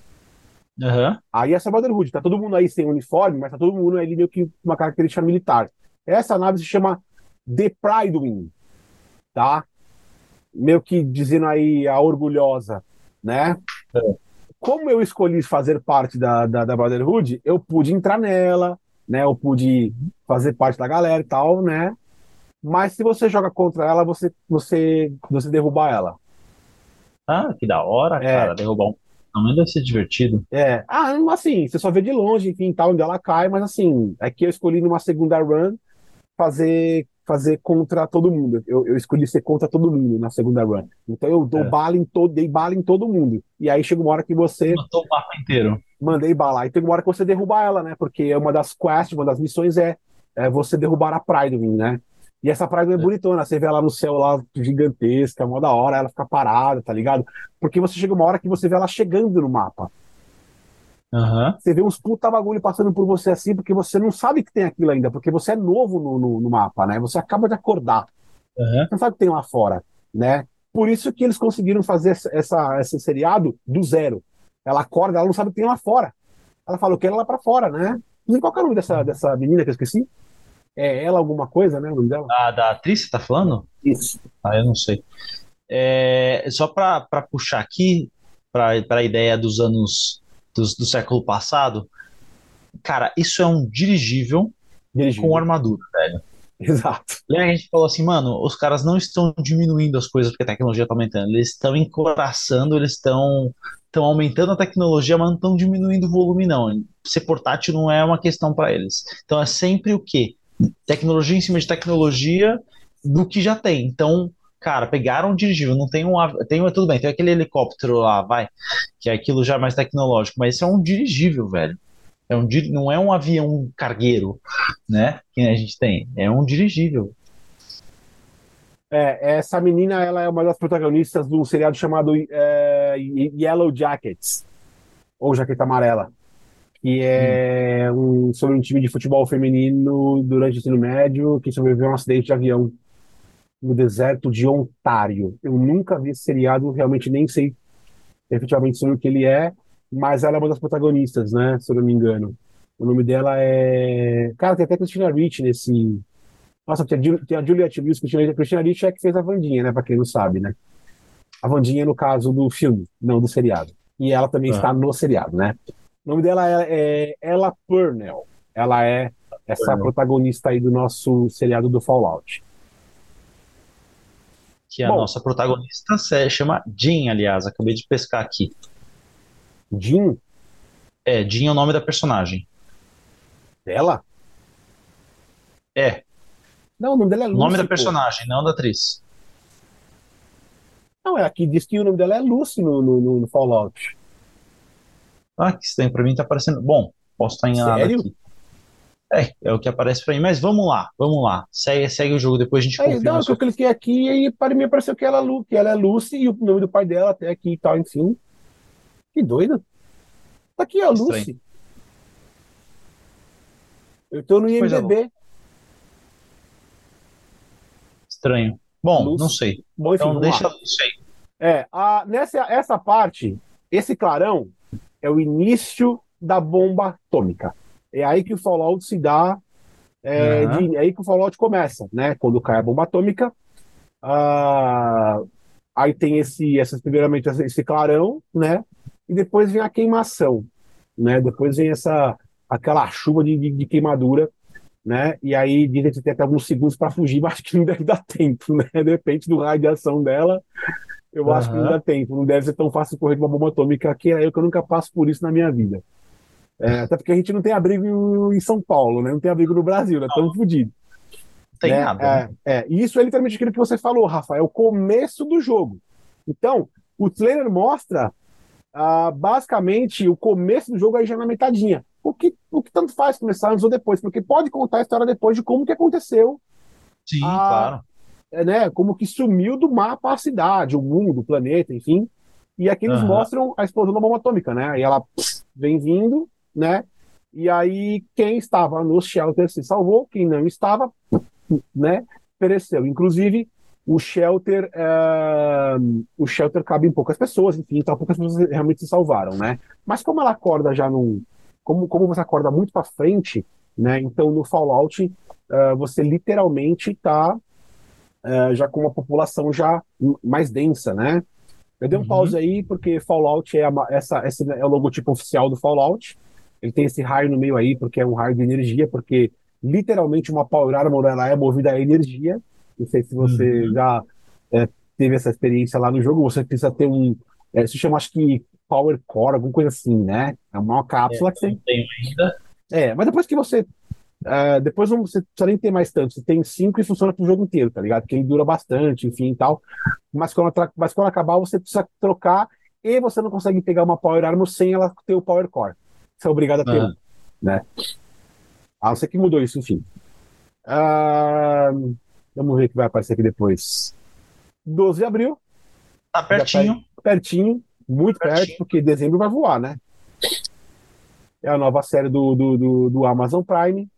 Aham. Aí é só Brotherhood. Tá todo mundo aí sem uniforme, mas tá todo mundo aí meio que com uma característica militar. Essa nave se chama The Pridewing, tá? Meio que dizendo aí a orgulhosa, né? Como eu escolhi fazer parte da, da, da Brotherhood, eu pude entrar nela, né? Eu pude fazer parte da galera e tal, né? Mas se você joga contra ela, você, você, você derruba ela. Ah, que da hora, É, cara. Derrubar um. Também deve ser divertido. é. Ah, assim, você só vê de longe, enfim, tal, onde ela cai, mas assim, é que eu escolhi numa segunda run fazer, fazer contra todo mundo. Eu, eu escolhi ser contra todo mundo na segunda run. Então eu dou É. bala em todo, dei bala em todo mundo. E aí chega uma hora que você Matou o mapa inteiro. mandei bala. Aí tem uma hora que você derruba ela, né? Porque uma das quests, uma das missões é, é você derrubar a Pridewing, né? E essa Pridewing é É. bonitona, você vê ela no céu lá gigantesca, mó da hora, ela fica parada, tá ligado? Porque você chega uma hora que você vê ela chegando no mapa. Aham. Você vê uns puta bagulho passando por você assim, porque você não sabe que tem aquilo ainda, porque você é novo no, no, no mapa, né? Você acaba de acordar. Aham. Você não sabe o que tem lá fora, né? Por isso que eles conseguiram fazer essa, essa, esse seriado do zero. Ela acorda, ela não sabe o que tem lá fora. Ela falou que era lá pra fora, né? E qual que é o nome dessa, dessa menina que eu esqueci? É ela alguma coisa, né? O nome dela? A da atriz, você tá falando? Isso. Ah, eu não sei. É, só para puxar aqui, para a ideia dos anos dos- do século passado, cara, isso é um dirigível com Dirigível. armadura, velho. Exato. Lembra que a gente falou assim, mano, os caras não estão diminuindo as coisas porque a tecnologia está aumentando, eles estão encoraçando, eles estão estão aumentando a tecnologia, mas não estão diminuindo o volume, não. Ser portátil não é uma questão para eles. Então é sempre o quê? Tecnologia em cima de tecnologia do que já tem. Então, cara, pegaram um dirigível, não tem um, av- tem um- tudo bem, tem aquele helicóptero lá, vai, que é aquilo já mais tecnológico, mas isso é um dirigível, velho. É um, di- não é um avião cargueiro, né? Que a gente tem. É um dirigível. É, essa menina, ela é uma das protagonistas de um seriado chamado é, Yellow Jackets, ou Jaqueta Amarela, que Hum. é um, sobre um time de futebol feminino durante o ensino médio que sobreviveu a um acidente de avião no deserto de Ontário. Eu nunca vi esse seriado, realmente nem sei efetivamente sobre o que ele é, mas ela é uma das protagonistas, né? Se eu não me engano. O nome dela é. Cara, tem até Christina Ricci nesse. Nossa, tem a, Ju- tem a Juliette Lewis, Christina, Christina Ricci é que fez a Wandinha, né? Pra quem não sabe, né? A Wandinha no caso do filme, não do seriado. E ela também está Aham. no seriado, né? O nome dela é, é Ella Purnell. Ela é essa protagonista aí do nosso seriado do Fallout. Que a Bom, nossa protagonista se chama Jean, aliás, acabei de pescar aqui. Jean, É, Jean é o nome da personagem. dela? É, Não, o nome dela é o nome da Lucy, pô. personagem, não da atriz. Não, é aqui diz que o nome dela é Lucy no, no, no- no Fallout. Ah, que estranho, pra mim tá aparecendo. Bom, posso estar enganado Sério? aqui. É, é o que aparece pra mim, mas vamos lá, vamos lá. Segue, segue o jogo, depois a gente Aí, confirma não, a que eu sua. cliquei aqui e aí para mim apareceu que ela, é Lu, que ela é Lucy e o nome do pai dela até aqui e tal, enfim. Que doido. Tá aqui, ó, Estranho. Lucy. Eu tô no Que coisa louca. I M D B. Estranho. Bom, não Lucy. sei. Bom, enfim, Então vamos deixa lá. isso aí. É, a, nessa essa parte, esse clarão é o início da bomba atômica. É aí que o Fallout se dá, é, Aham. de, é aí que o Fallout começa, né? Quando cai a bomba atômica, ah, aí tem esse, essas, primeiramente esse clarão, né? E depois vem a queimação, né? Depois vem essa aquela chuva de, de, de queimadura, né? E aí dizem que tem até alguns segundos para fugir, mas acho que não deve dar tempo, né? Depende do raio de ação dela, eu acho que não dá Aham. tempo. Não deve ser tão fácil correr de uma bomba atômica, que é eu que eu nunca passo por isso na minha vida. É, até porque a gente não tem abrigo em São Paulo, né? Não tem abrigo no Brasil, né? Estamos fodidos, Não tem né? nada, né? É, é. E isso é literalmente aquilo que você falou, Rafa, é o começo do jogo. Então, o trailer mostra ah, basicamente o começo do jogo aí já na metadinha. O que, o que tanto faz começar antes ou depois, porque pode contar a história depois de como que aconteceu, Sim, a, claro. é, né, como que sumiu do mapa a cidade, o mundo, o planeta, enfim. E aqui eles Aham. mostram a explosão da bomba atômica, né? E ela pss, vem vindo, né? E aí, quem estava no shelter se salvou, quem não estava, né, pereceu. Inclusive, o shelter, é, o shelter cabe em poucas pessoas, enfim, então poucas pessoas realmente se salvaram, né? Mas como ela acorda já num, como, como você acorda muito para frente, né? Então no Fallout, é, você literalmente está já com uma população já mais densa, né? Eu dei um pause Uhum. aí porque Fallout é a, essa, esse é o logotipo oficial do Fallout. Ele tem esse raio no meio aí porque é um raio de energia, porque literalmente uma Power Armor ela é movida a energia. Não sei se você Uhum. já é, teve essa experiência lá no jogo. Você precisa ter um, é, se chama acho que Power Core, alguma coisa assim, né? É uma É, cápsula que eu você não tenho ainda. é, mas depois que você Uh, depois não, você precisa nem ter mais tanto. Você tem cinco e funciona pro jogo inteiro, tá ligado? Porque ele dura bastante, enfim e tal. Mas quando, mas quando acabar, você precisa trocar e você não consegue pegar uma Power Armor sem ela ter o Power Core. Você é obrigado a ter Ah, um, né? Ah, você que mudou isso, enfim. Uh, vamos ver o que vai aparecer aqui depois. doze de abril, tá já tá pertinho, pertinho, muito perto, pertinho. porque dezembro vai voar, né? É a nova série do, do, do, do Amazon Prime.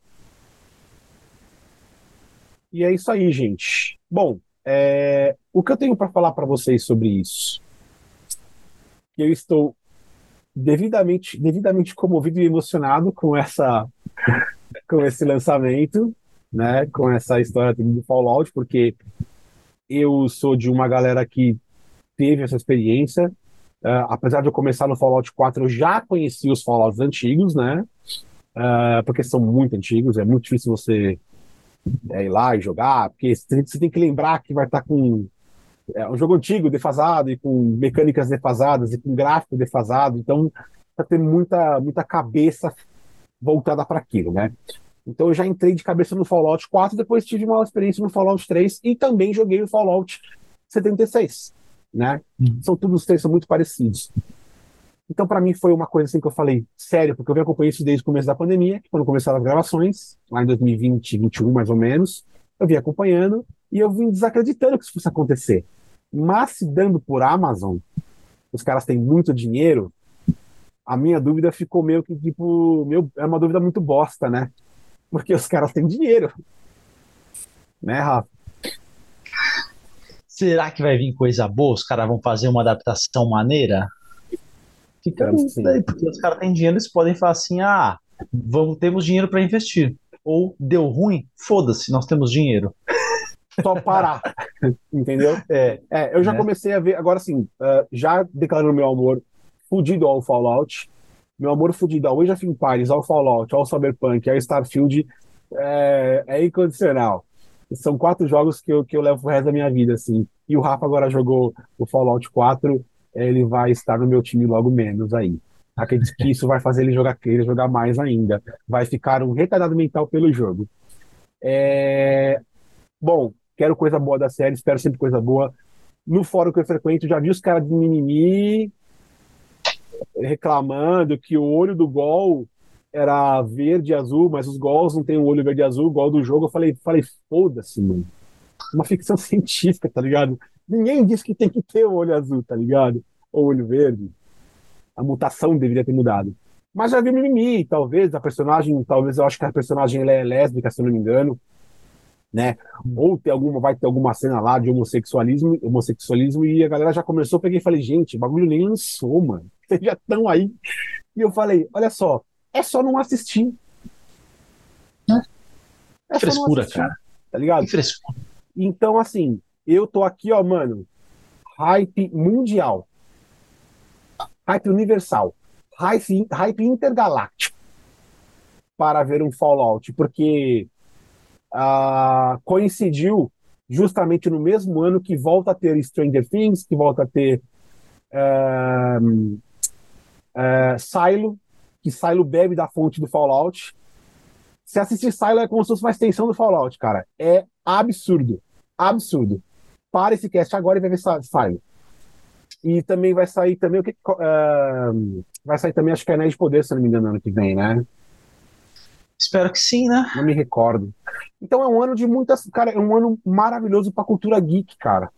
E é isso aí, gente. Bom, é, o que eu tenho para falar para vocês sobre isso? Que eu estou devidamente, devidamente comovido e emocionado com essa, com esse lançamento, né? Com essa história do Fallout, porque eu sou de uma galera que teve essa experiência. Uh, apesar de eu começar no Fallout quatro, eu já conheci os Fallouts antigos, né? Uh, porque são muito antigos, é muito difícil você é, ir lá e jogar, porque você tem que lembrar que vai estar com é um jogo antigo, defasado, e com mecânicas defasadas, e com gráfico defasado, então vai ter muita, muita cabeça voltada para aquilo, né? Então eu já entrei de cabeça no Fallout quatro, depois tive uma experiência no Fallout três e também joguei o Fallout setenta e seis, né? Uhum. São todos os três são muito parecidos. Então para mim foi uma coisa assim que eu falei, sério, porque eu venho acompanhando isso desde o começo da pandemia, quando começaram as gravações, lá em dois mil e vinte, vinte e um mais ou menos, eu vim acompanhando e eu vim desacreditando que isso fosse acontecer. Mas se dando por Amazon, os caras têm muito dinheiro, a minha dúvida ficou meio que tipo, meu, é uma dúvida muito bosta, né? Porque os caras têm dinheiro, né, Rafa? Será que vai vir coisa boa? Os caras vão fazer uma adaptação maneira? Fica a Esperamos que dúvida sim. aí, porque os caras têm dinheiro, eles podem falar assim: ah, vamos, temos dinheiro para investir. Ou deu ruim, foda-se, nós temos dinheiro. Só parar, entendeu? É, É, eu já né? comecei a ver, agora sim, uh, já declarando meu amor fudido ao Fallout, meu amor fudido ao Age of Empires, ao Fallout, ao Cyberpunk, ao Starfield, é, é incondicional. São quatro jogos que eu, que eu levo pro resto da minha vida, assim. E o Rafa agora jogou o Fallout quatro, ele vai estar no meu time logo menos aí. Acredito que isso vai fazer ele jogar, ele jogar mais ainda. Vai ficar um retardado mental pelo jogo. É... Bom, quero coisa boa da série, espero sempre coisa boa. No fórum que eu frequento, já vi os caras de mimimi reclamando que o olho do Gol era verde e azul, mas os Gols não tem o olho verde e azul, o Gol do jogo. Eu falei, falei, foda-se, mano. Uma ficção científica, tá ligado? Ninguém disse que tem que ter o olho azul, tá ligado? Ou olho verde. A mutação deveria ter mudado. Mas já vi mimimi, talvez, a personagem, talvez eu acho que a personagem ela é lésbica, se eu não me engano, né? Ou tem alguma, vai ter alguma cena lá de homossexualismo, homossexualismo, e a galera já começou, eu peguei e falei, gente, o bagulho nem lançou, mano. Vocês já estão aí. E eu falei, olha só, é só não assistir. É Que só não frescura, assistir, cara. tá Que ligado? frescura. Então, assim, eu tô aqui, ó, mano, hype mundial, hype universal, hype, hype intergaláctico para ver um Fallout, porque ah, coincidiu justamente no mesmo ano que volta a ter Stranger Things, que volta a ter ah, ah, Silo, que Silo bebe da fonte do Fallout. Se assistir Silo é como se fosse uma extensão do Fallout, cara. É absurdo. Absurdo. Para esse cast agora e vai ver Silo. E também vai sair também o que uh, vai sair também, acho que é Anéis de Poder, se não me engano, ano que vem, né? Espero que sim, né? Não me recordo. Então é um ano de muitas, cara, é um ano maravilhoso pra cultura geek, cara.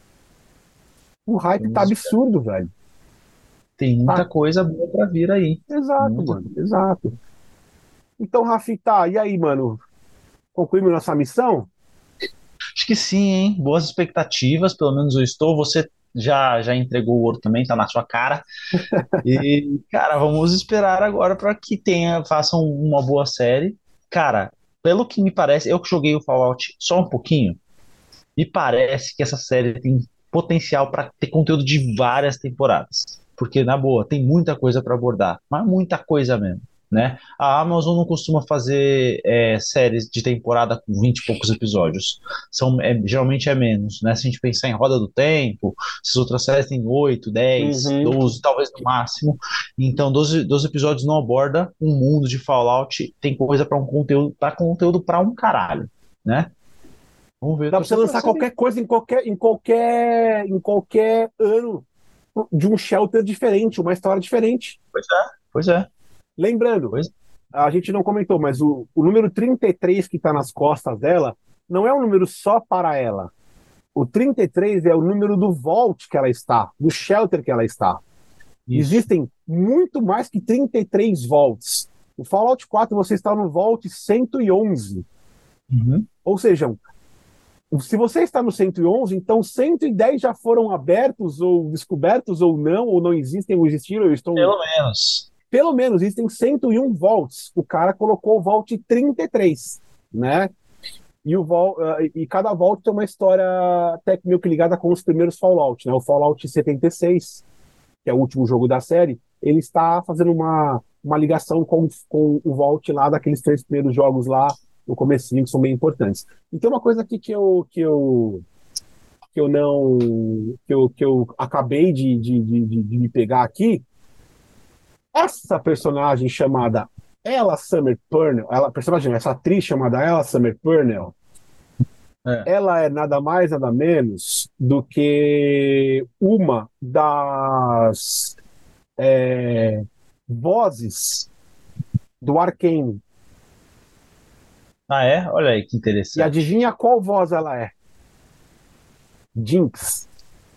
O hype tá Vamos ver. absurdo, velho. Tem muita Tá? coisa boa pra vir aí. Exato, Muita mano. Exato. Então, Rafita, e aí, mano? Concluímos nossa missão? Acho que sim, hein? Boas expectativas, pelo menos eu estou. Você já já entregou o ouro também, tá na sua cara. E, cara, vamos esperar agora para que tenha, façam uma boa série. Cara, pelo que me parece, eu que joguei o Fallout só um pouquinho, me parece que essa série tem potencial para ter conteúdo de várias temporadas. Porque, na boa, tem muita coisa para abordar, mas muita coisa mesmo. Né? A Amazon não costuma fazer é, séries de temporada com vinte e poucos episódios. São, é, geralmente é menos. Né? Se a gente pensar em Roda do Tempo, essas outras séries têm oito, dez, Uhum. doze, talvez no máximo. Então, doze, doze episódios não aborda um mundo de Fallout. Tem coisa para um conteúdo, para conteúdo para um caralho. Né? Vamos ver, Dá pra você torcer pra lançar série. qualquer coisa em qualquer, em qualquer, em qualquer ano de um shelter diferente, uma história diferente. Pois é, pois é, Lembrando, pois a gente não comentou, mas o, o número trinta e três que está nas costas dela não é um número só para ela. O trinta e três é o número do vault que ela está, do shelter que ela está. isso. Existem muito mais que trinta e três vaults. O Fallout quatro você está no vault cento e onze. Uhum. Ou seja, se você está no cento e onze, então cento e dez já foram abertos ou descobertos ou não, ou não existem ou existiram, ou estão. Pelo menos. Pelo menos existem cento e um vaults. O cara colocou o vault trinta e três, né? E, o vault, e cada vault tem uma história até meio que ligada com os primeiros Fallout, né? O Fallout setenta e seis, que é o último jogo da série, ele está fazendo uma, uma ligação com, com o vault lá daqueles três primeiros jogos lá no comecinho, que são bem importantes. E tem uma coisa aqui que eu, que eu, que eu não... que eu, que eu acabei de, de, de, de me pegar aqui. Essa personagem chamada Ella Summer Purnell, ela, personagem, essa atriz chamada Ella Summer Purnell, É. ela é nada mais, nada menos do que uma das é, vozes do Arcane. Ah, é? Olha aí que E interessante. adivinha qual voz ela é? Jinx.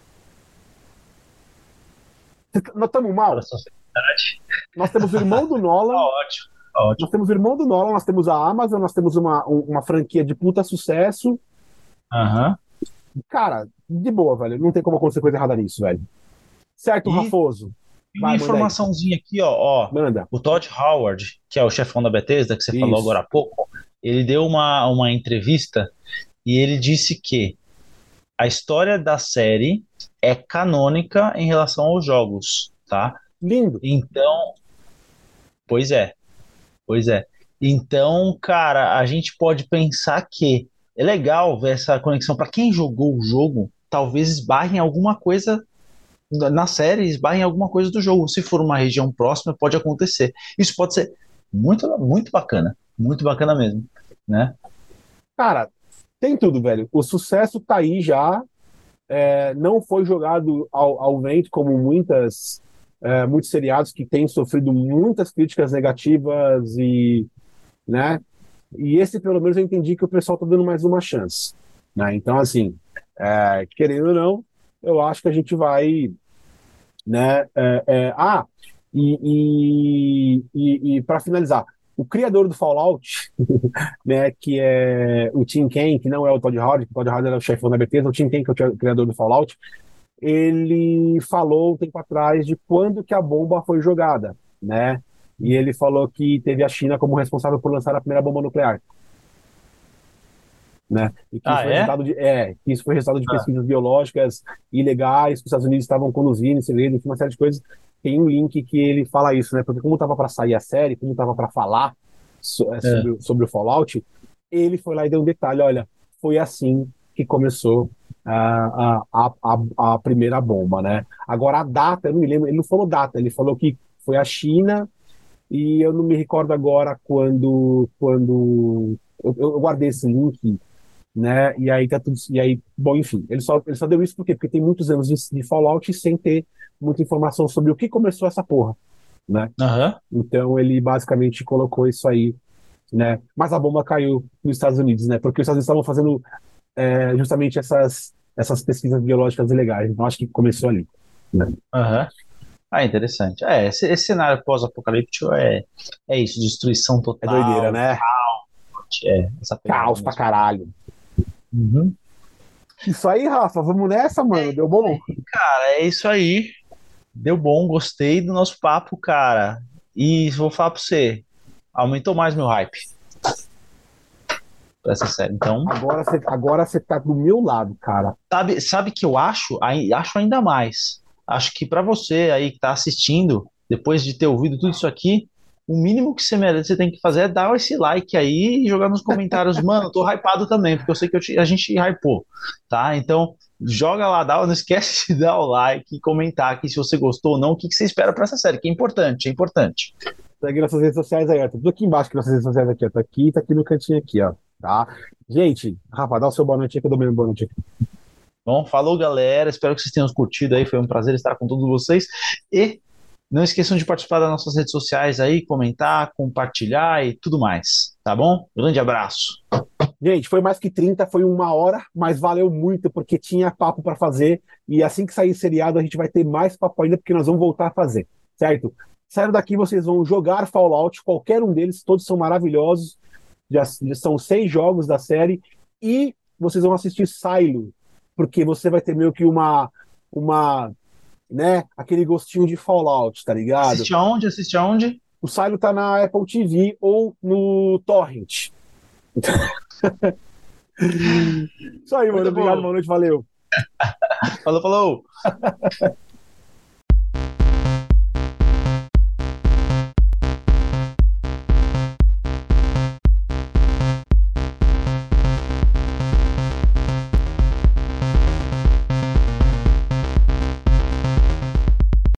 Nós estamos Para mal. sociedade. Nós temos o irmão do Tá Nolan, ótimo, tá nós ótimo. temos o irmão do Nolan, nós temos a Amazon, nós temos uma, um- uma franquia de puta sucesso. Aham. Cara, de boa, velho. Não tem como acontecer coisa errada nisso, velho. Certo, E Rafoso? tem uma Vai, manda aí. informaçãozinha aqui, ó, ó. Manda. O Todd Howard, que é o chefão da Bethesda, que você falou agora Isso. há pouco, ele deu uma, uma entrevista e ele disse que a história da série é canônica em relação aos jogos, tá? Lindo. Então, pois é. Pois é. Então, cara, a gente pode pensar que é legal ver essa conexão. Para quem jogou o jogo, talvez esbarre em alguma coisa na na série, esbarre em alguma coisa do jogo. Se for uma região próxima, pode acontecer. Isso pode ser muito, muito bacana. Muito bacana mesmo, né? Cara, tem tudo, velho. O sucesso tá aí já. É, não foi jogado ao, ao vento como muitas, é, muitos seriados que têm sofrido muitas críticas negativas e, né? E esse, pelo menos, eu entendi que o pessoal tá dando mais uma chance, né? Então, assim, é, querendo ou não, eu acho que a gente vai, né? É, é, ah, e, e, e, e para finalizar, o criador do Fallout, né, que é o Tim Kaine, que não é o Todd Howard, que o Todd Howard era o chefão da Bethesda, o Tim Kaine, que é o criador do Fallout, ele falou um tempo atrás de quando que a bomba foi jogada, né? E ele falou que teve a China como responsável por lançar a primeira bomba nuclear, né? E que isso Ah, foi é? resultado de, é, que isso foi resultado de Ah, pesquisas biológicas ilegais que os Estados Unidos estavam conduzindo em segredo, enfim, uma série de coisas. Tem um link que ele fala isso, né? Porque como estava para sair a série, como estava para falar so- é, é. sobre, sobre o Fallout, ele foi lá e deu um detalhe, olha, foi assim que começou a, a, a, a primeira bomba, né? Agora a data, eu não me lembro, ele não falou data, ele falou que foi a China e eu não me recordo agora quando, quando eu, eu guardei esse link, né? E aí tá tudo, e aí, bom, enfim, ele só, ele só deu isso por quê? Porque tem muitos anos de, de Fallout sem ter muita informação sobre o que começou essa porra, né? Aham. Então ele basicamente colocou isso aí, né? Mas a bomba caiu nos Estados Unidos, né? Porque os Estados Unidos estavam fazendo é, justamente essas essas pesquisas biológicas ilegais. Então acho que começou ali, né? Aham. Ah, interessante. É, esse, esse cenário pós-apocalíptico é, é isso, destruição É doideira, total, né? é essa pegada Caos pra mesmo. caralho. Uhum. Isso aí, Rafa, vamos nessa, mano. Deu bom? Cara, é isso aí. Deu bom, gostei do nosso papo, cara. E vou falar pra você, aumentou mais meu hype pra essa série. Então, Agora você agora você tá do meu lado, cara. sabe, sabe que eu acho, Ai- acho ainda mais. Acho que pra você aí que tá assistindo, depois de ter ouvido tudo isso aqui, o mínimo que você merece, você tem que fazer é dar esse like aí e jogar nos comentários, mano, eu tô hypado também, porque eu sei que eu te- a gente hypou, tá? Então, joga lá, dá, não esquece de dar o like e comentar aqui se você gostou ou não, o que que você espera pra essa série, que é importante, é importante. Segue nossas redes sociais aí, ó. Tá tudo aqui embaixo que nossas redes sociais aqui, ó. Tá aqui, tá aqui no cantinho aqui, ó. Tá? Gente, Rafa, dá o seu boa noite aí que eu dou meu boa noite aqui. Bom, falou galera, espero que vocês tenham curtido aí, foi um prazer estar com todos vocês e não esqueçam de participar das nossas redes sociais aí, comentar, compartilhar e tudo mais, tá bom? Grande abraço. Gente, foi mais que trinta, foi uma hora, mas valeu muito porque tinha papo pra fazer e assim que sair seriado a gente vai ter mais papo ainda porque nós vamos voltar a fazer, certo? Saindo daqui vocês vão jogar Fallout, qualquer um deles, todos são maravilhosos. Já, já são seis jogos da série e vocês vão assistir Silo, porque você vai ter meio que uma uma, né, aquele gostinho de Fallout, tá ligado? Assiste aonde? Assiste aonde? O Silo tá na Apple T V ou no Torrent. Isso aí, mano. Muito Obrigado, bom. boa noite, valeu. Falou, falou.